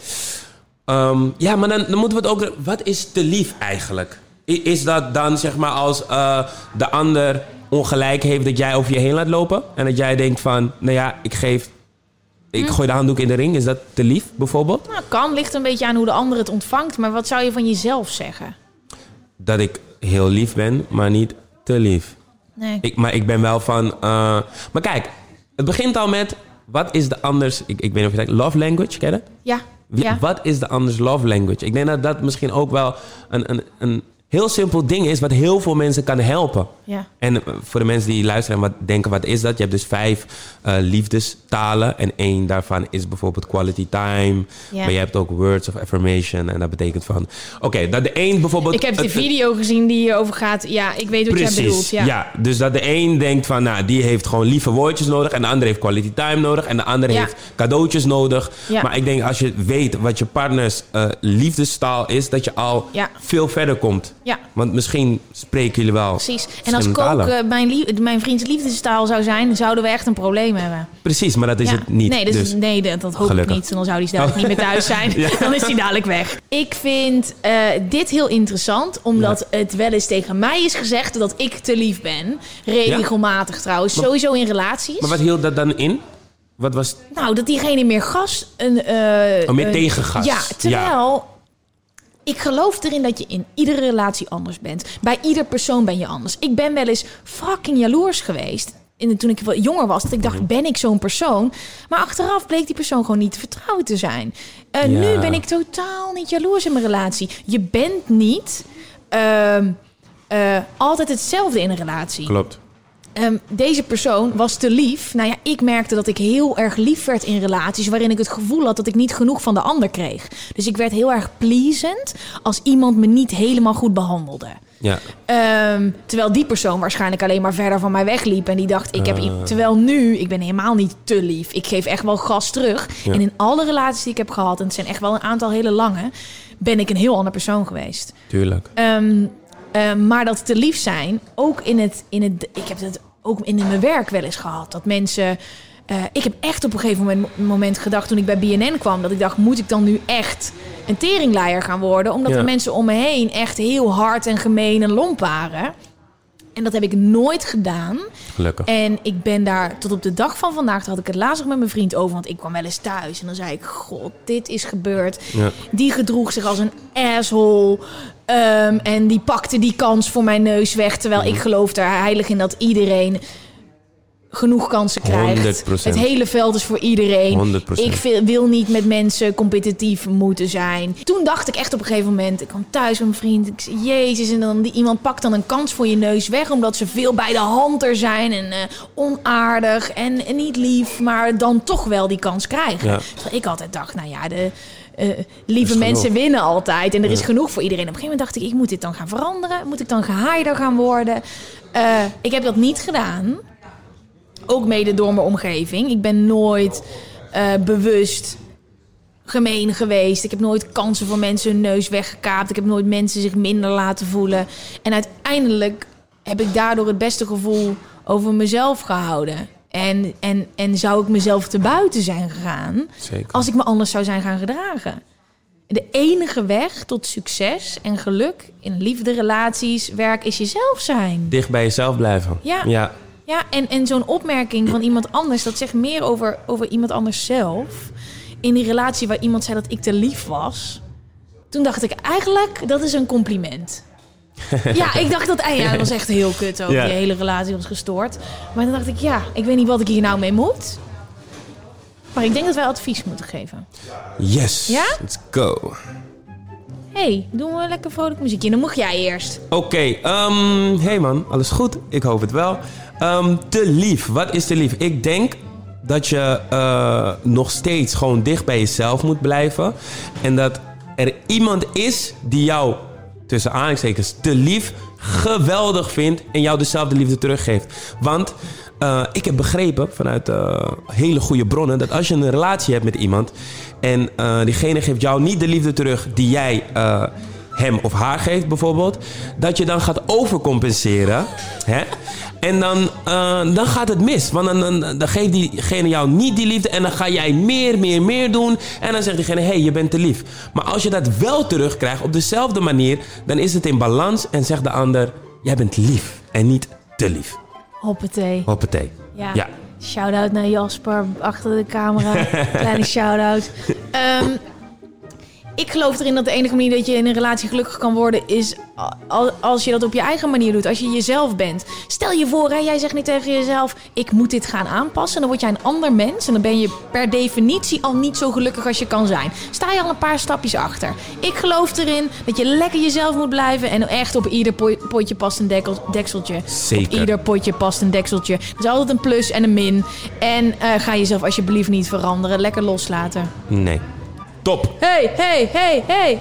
Ja, maar dan moeten we het ook... Wat is te lief eigenlijk? Is dat dan, zeg maar, als de ander ongelijk heeft dat jij over je heen laat lopen? En dat jij denkt van, nou ja, ik gooi de handdoek in de ring. Is dat te lief, bijvoorbeeld? Nou, kan. Ligt een beetje aan hoe de ander het ontvangt. Maar wat zou je van jezelf zeggen? Dat ik heel lief ben, maar niet te lief. Nee. Maar ik ben wel van... maar kijk, het begint al met... Wat is de anders... Ik weet niet of je zegt... Love language, ken je dat? Ja. Wat is de anders love language? Ik denk dat dat misschien ook wel een heel simpel ding is... wat heel veel mensen kan helpen. Ja. En voor de mensen die luisteren en denken, wat is dat? Je hebt dus 5 liefdestalen. En 1 daarvan is bijvoorbeeld quality time. Ja. Maar je hebt ook words of affirmation. En dat betekent van... Oké, dat de 1 bijvoorbeeld... Ik heb de video gezien die hierover gaat. Ja, ik weet wat jij bedoelt. Ja, dus dat de 1 denkt van... Nou, die heeft gewoon lieve woordjes nodig. En de ander heeft quality time nodig. En de ander heeft cadeautjes nodig. Ja. Maar ik denk, als je weet wat je partners liefdestaal is... dat je al veel verder komt. Ja. Want misschien spreken jullie wel... Precies. En als koken mijn vriends liefdestaal zou zijn... zouden we echt een probleem hebben. Precies, maar dat is het niet. Nee, dat hoop ik niet. Dan zou die dadelijk niet meer thuis zijn. Dan is hij dadelijk weg. Ik vind dit heel interessant. Omdat het wel eens tegen mij is gezegd... dat ik te lief ben. Regelmatig trouwens. Maar, sowieso in relaties. Maar wat hield dat dan in? Wat was... Nou, dat diegene meer gas... meer tegengas. Ja, terwijl... Ik geloof erin dat je in iedere relatie anders bent. Bij ieder persoon ben je anders. Ik ben wel eens fucking jaloers geweest. Toen ik wat jonger was. Dat ik dacht, ben ik zo'n persoon? Maar achteraf bleek die persoon gewoon niet te vertrouwen te zijn. Nu ben ik totaal niet jaloers in mijn relatie. Je bent niet altijd hetzelfde in een relatie. Klopt. Deze persoon was te lief. Nou ja, ik merkte dat ik heel erg lief werd in relaties... waarin ik het gevoel had dat ik niet genoeg van de ander kreeg. Dus ik werd heel erg pleasend... als iemand me niet helemaal goed behandelde. Ja. Terwijl die persoon waarschijnlijk alleen maar verder van mij wegliep... en die dacht, terwijl nu, ik ben helemaal niet te lief. Ik geef echt wel gas terug. Ja. En in alle relaties die ik heb gehad... en het zijn echt wel een aantal hele lange... ben ik een heel ander persoon geweest. Tuurlijk. Maar dat te lief zijn, ook in het... Ik heb het ook in mijn werk wel eens gehad. Dat mensen... ik heb echt op een gegeven moment gedacht toen ik bij BNN kwam... dat ik dacht, moet ik dan nu echt een teringleier gaan worden? Omdat de mensen om me heen echt heel hard en gemeen en lomp waren. En dat heb ik nooit gedaan. Gelukkig. En ik ben daar tot op de dag van vandaag... daar had ik het laatst nog met mijn vriend over... want ik kwam wel eens thuis en dan zei ik... God, dit is gebeurd. Ja. Die gedroeg zich als een asshole... en die pakte die kans voor mijn neus weg... terwijl ik geloof er heilig in dat iedereen... genoeg kansen krijgt. 100%. Het hele veld is voor iedereen. 100%. Ik wil niet met mensen competitief moeten zijn. Toen dacht ik echt op een gegeven moment... ik kwam thuis met mijn vriend. Ik zei, Jezus, en dan iemand pakt dan een kans voor je neus weg... omdat ze veel bij de hand er zijn en onaardig en niet lief... maar dan toch wel die kans krijgen. Ja. Terwijl ik altijd dacht, nou ja... lieve mensen winnen altijd en er is genoeg voor iedereen. Op een gegeven moment dacht ik moet dit dan gaan veranderen? Moet ik dan gehaaider gaan worden? Ik heb dat niet gedaan... Ook mede door mijn omgeving. Ik ben nooit bewust gemeen geweest. Ik heb nooit kansen voor mensen hun neus weggekaapt. Ik heb nooit mensen zich minder laten voelen. En uiteindelijk heb ik daardoor het beste gevoel over mezelf gehouden. En zou ik mezelf te buiten zijn gegaan... Zeker. Als ik me anders zou zijn gaan gedragen. De enige weg tot succes en geluk in liefde, relaties, werk is jezelf zijn. Dicht bij jezelf blijven. Ja, en zo'n opmerking van iemand anders... dat zegt meer over iemand anders zelf. In die relatie waar iemand zei dat ik te lief was... toen dacht ik eigenlijk, dat is een compliment. Ja, ik dacht dat was echt heel kut ook. Die hele relatie was gestoord. Maar dan dacht ik, ik weet niet wat ik hier nou mee moet. Maar ik denk dat wij advies moeten geven. Yes, ja? Let's go. Hey, doen we lekker vrolijk muziekje. Dan mag jij eerst. Oké, hey man, alles goed? Ik hoop het wel. Te lief, wat is te lief? Ik denk dat je nog steeds gewoon dicht bij jezelf moet blijven. En dat er iemand is die jou, tussen aanhalingstekens, te lief geweldig vindt en jou dezelfde liefde teruggeeft. Want ik heb begrepen vanuit hele goede bronnen dat als je een relatie hebt met iemand en diegene geeft jou niet de liefde terug die jij hem of haar geeft bijvoorbeeld, dat je dan gaat overcompenseren. Hè? En dan gaat het mis. Want dan geeft diegene jou niet die liefde en dan ga jij meer doen. En dan zegt diegene, hey, je bent te lief. Maar als je dat wel terugkrijgt op dezelfde manier, dan is het in balans en zegt de ander, jij bent lief en niet te lief. Hoppatee. Ja. Shout-out naar Jasper achter de camera. Kleine shout-out. Ik geloof erin dat de enige manier dat je in een relatie gelukkig kan worden is als je dat op je eigen manier doet. Als je jezelf bent. Stel je voor, jij zegt niet tegen jezelf, ik moet dit gaan aanpassen. Dan word jij een ander mens en dan ben je per definitie al niet zo gelukkig als je kan zijn. Sta je al een paar stapjes achter. Ik geloof erin dat je lekker jezelf moet blijven en echt op ieder potje past een dekseltje. Zeker. Op ieder potje past een dekseltje. Er is altijd een plus en een min. En ga jezelf alsjeblieft niet veranderen. Lekker loslaten. Nee. Top. Hey.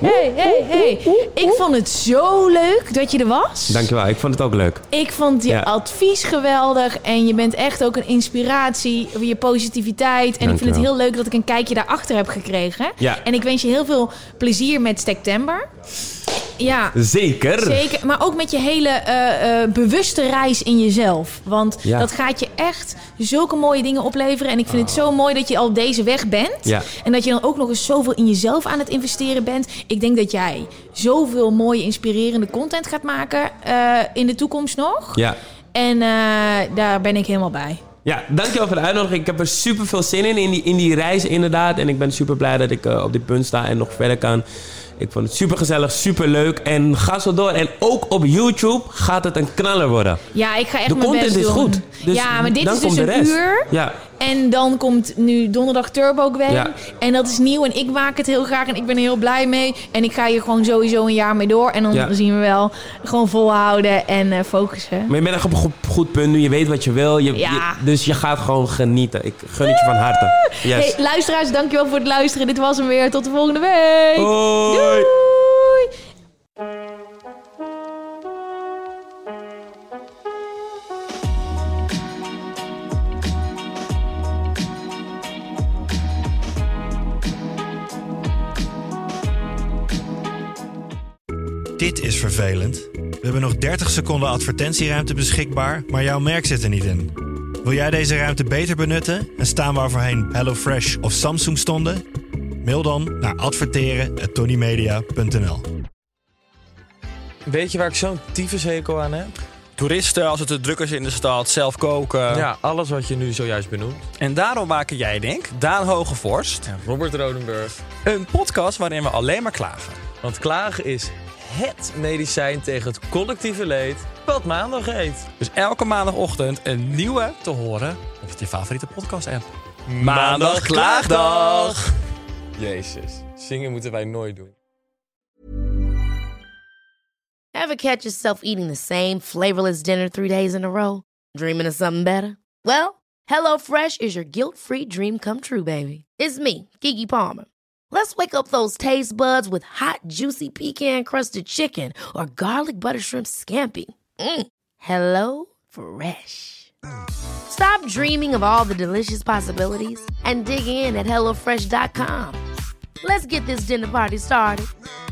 Ik vond het zo leuk dat je er was. Dankjewel, ik vond het ook leuk. Ik vond je advies geweldig. En je bent echt ook een inspiratie voor je positiviteit. En ik vind het heel leuk dat ik een kijkje daarachter heb gekregen. Ja. En ik wens je heel veel plezier met Stektember. Ja, zeker. Maar ook met je hele bewuste reis in jezelf. Want dat gaat je echt zulke mooie dingen opleveren. En ik vind het zo mooi dat je al deze weg bent. Ja. En dat je dan ook nog eens zoveel in jezelf aan het investeren bent. Ik denk dat jij zoveel mooie, inspirerende content gaat maken in de toekomst nog. Ja. En daar ben ik helemaal bij. Ja, dankjewel voor de uitnodiging. Ik heb er super veel zin in die reis inderdaad. En ik ben super blij dat ik op dit punt sta en nog verder kan. Ik vond het super gezellig, super leuk. En ga zo door. En ook op YouTube gaat het een knaller worden. Ja, ik ga echt mijn best doen. De content is goed. Dus ja, maar dit is dus een uur. Ja. En dan komt nu donderdag Turbo Gwen. Ja. En dat is nieuw en ik maak het heel graag. En ik ben er heel blij mee. En ik ga hier gewoon sowieso een jaar mee door. En dan zien we wel gewoon volhouden en focussen. Maar je bent echt op een goed punt nu. Je weet wat je wil. Dus je gaat gewoon genieten. Ik gun het je van harte. Yes. Hey, luisteraars, dankjewel voor het luisteren. Dit was hem weer. Tot de volgende week. Hoi. Doei. Dit is vervelend. We hebben nog 30 seconden advertentieruimte beschikbaar, maar jouw merk zit er niet in. Wil jij deze ruimte beter benutten en staan waar voorheen HelloFresh of Samsung stonden? Mail dan naar adverteren@tonymedia.nl. Weet je waar ik zo'n tyfushekel aan heb? Toeristen, als het te druk is in de stad, zelf koken. Ja, alles wat je nu zojuist benoemt. En daarom maken jij, Daan Hogevorst en Robert Rodenburg een podcast waarin we alleen maar klagen. Want klagen is HET medicijn tegen het collectieve leed wat maandag heet. Dus elke maandagochtend een nieuwe te horen op je favoriete podcast-app. Maandag Klaagdag! Jezus, zingen moeten wij nooit doen. Ever catch yourself eating the same flavorless dinner 3 days in a row? Dreaming of something better? Well, HelloFresh is your guilt-free dream come true, baby. It's me, Keke Palmer. Let's wake up those taste buds with hot, juicy pecan-crusted chicken or garlic butter shrimp scampi. Hello Fresh. Stop dreaming of all the delicious possibilities and dig in at HelloFresh.com. Let's get this dinner party started.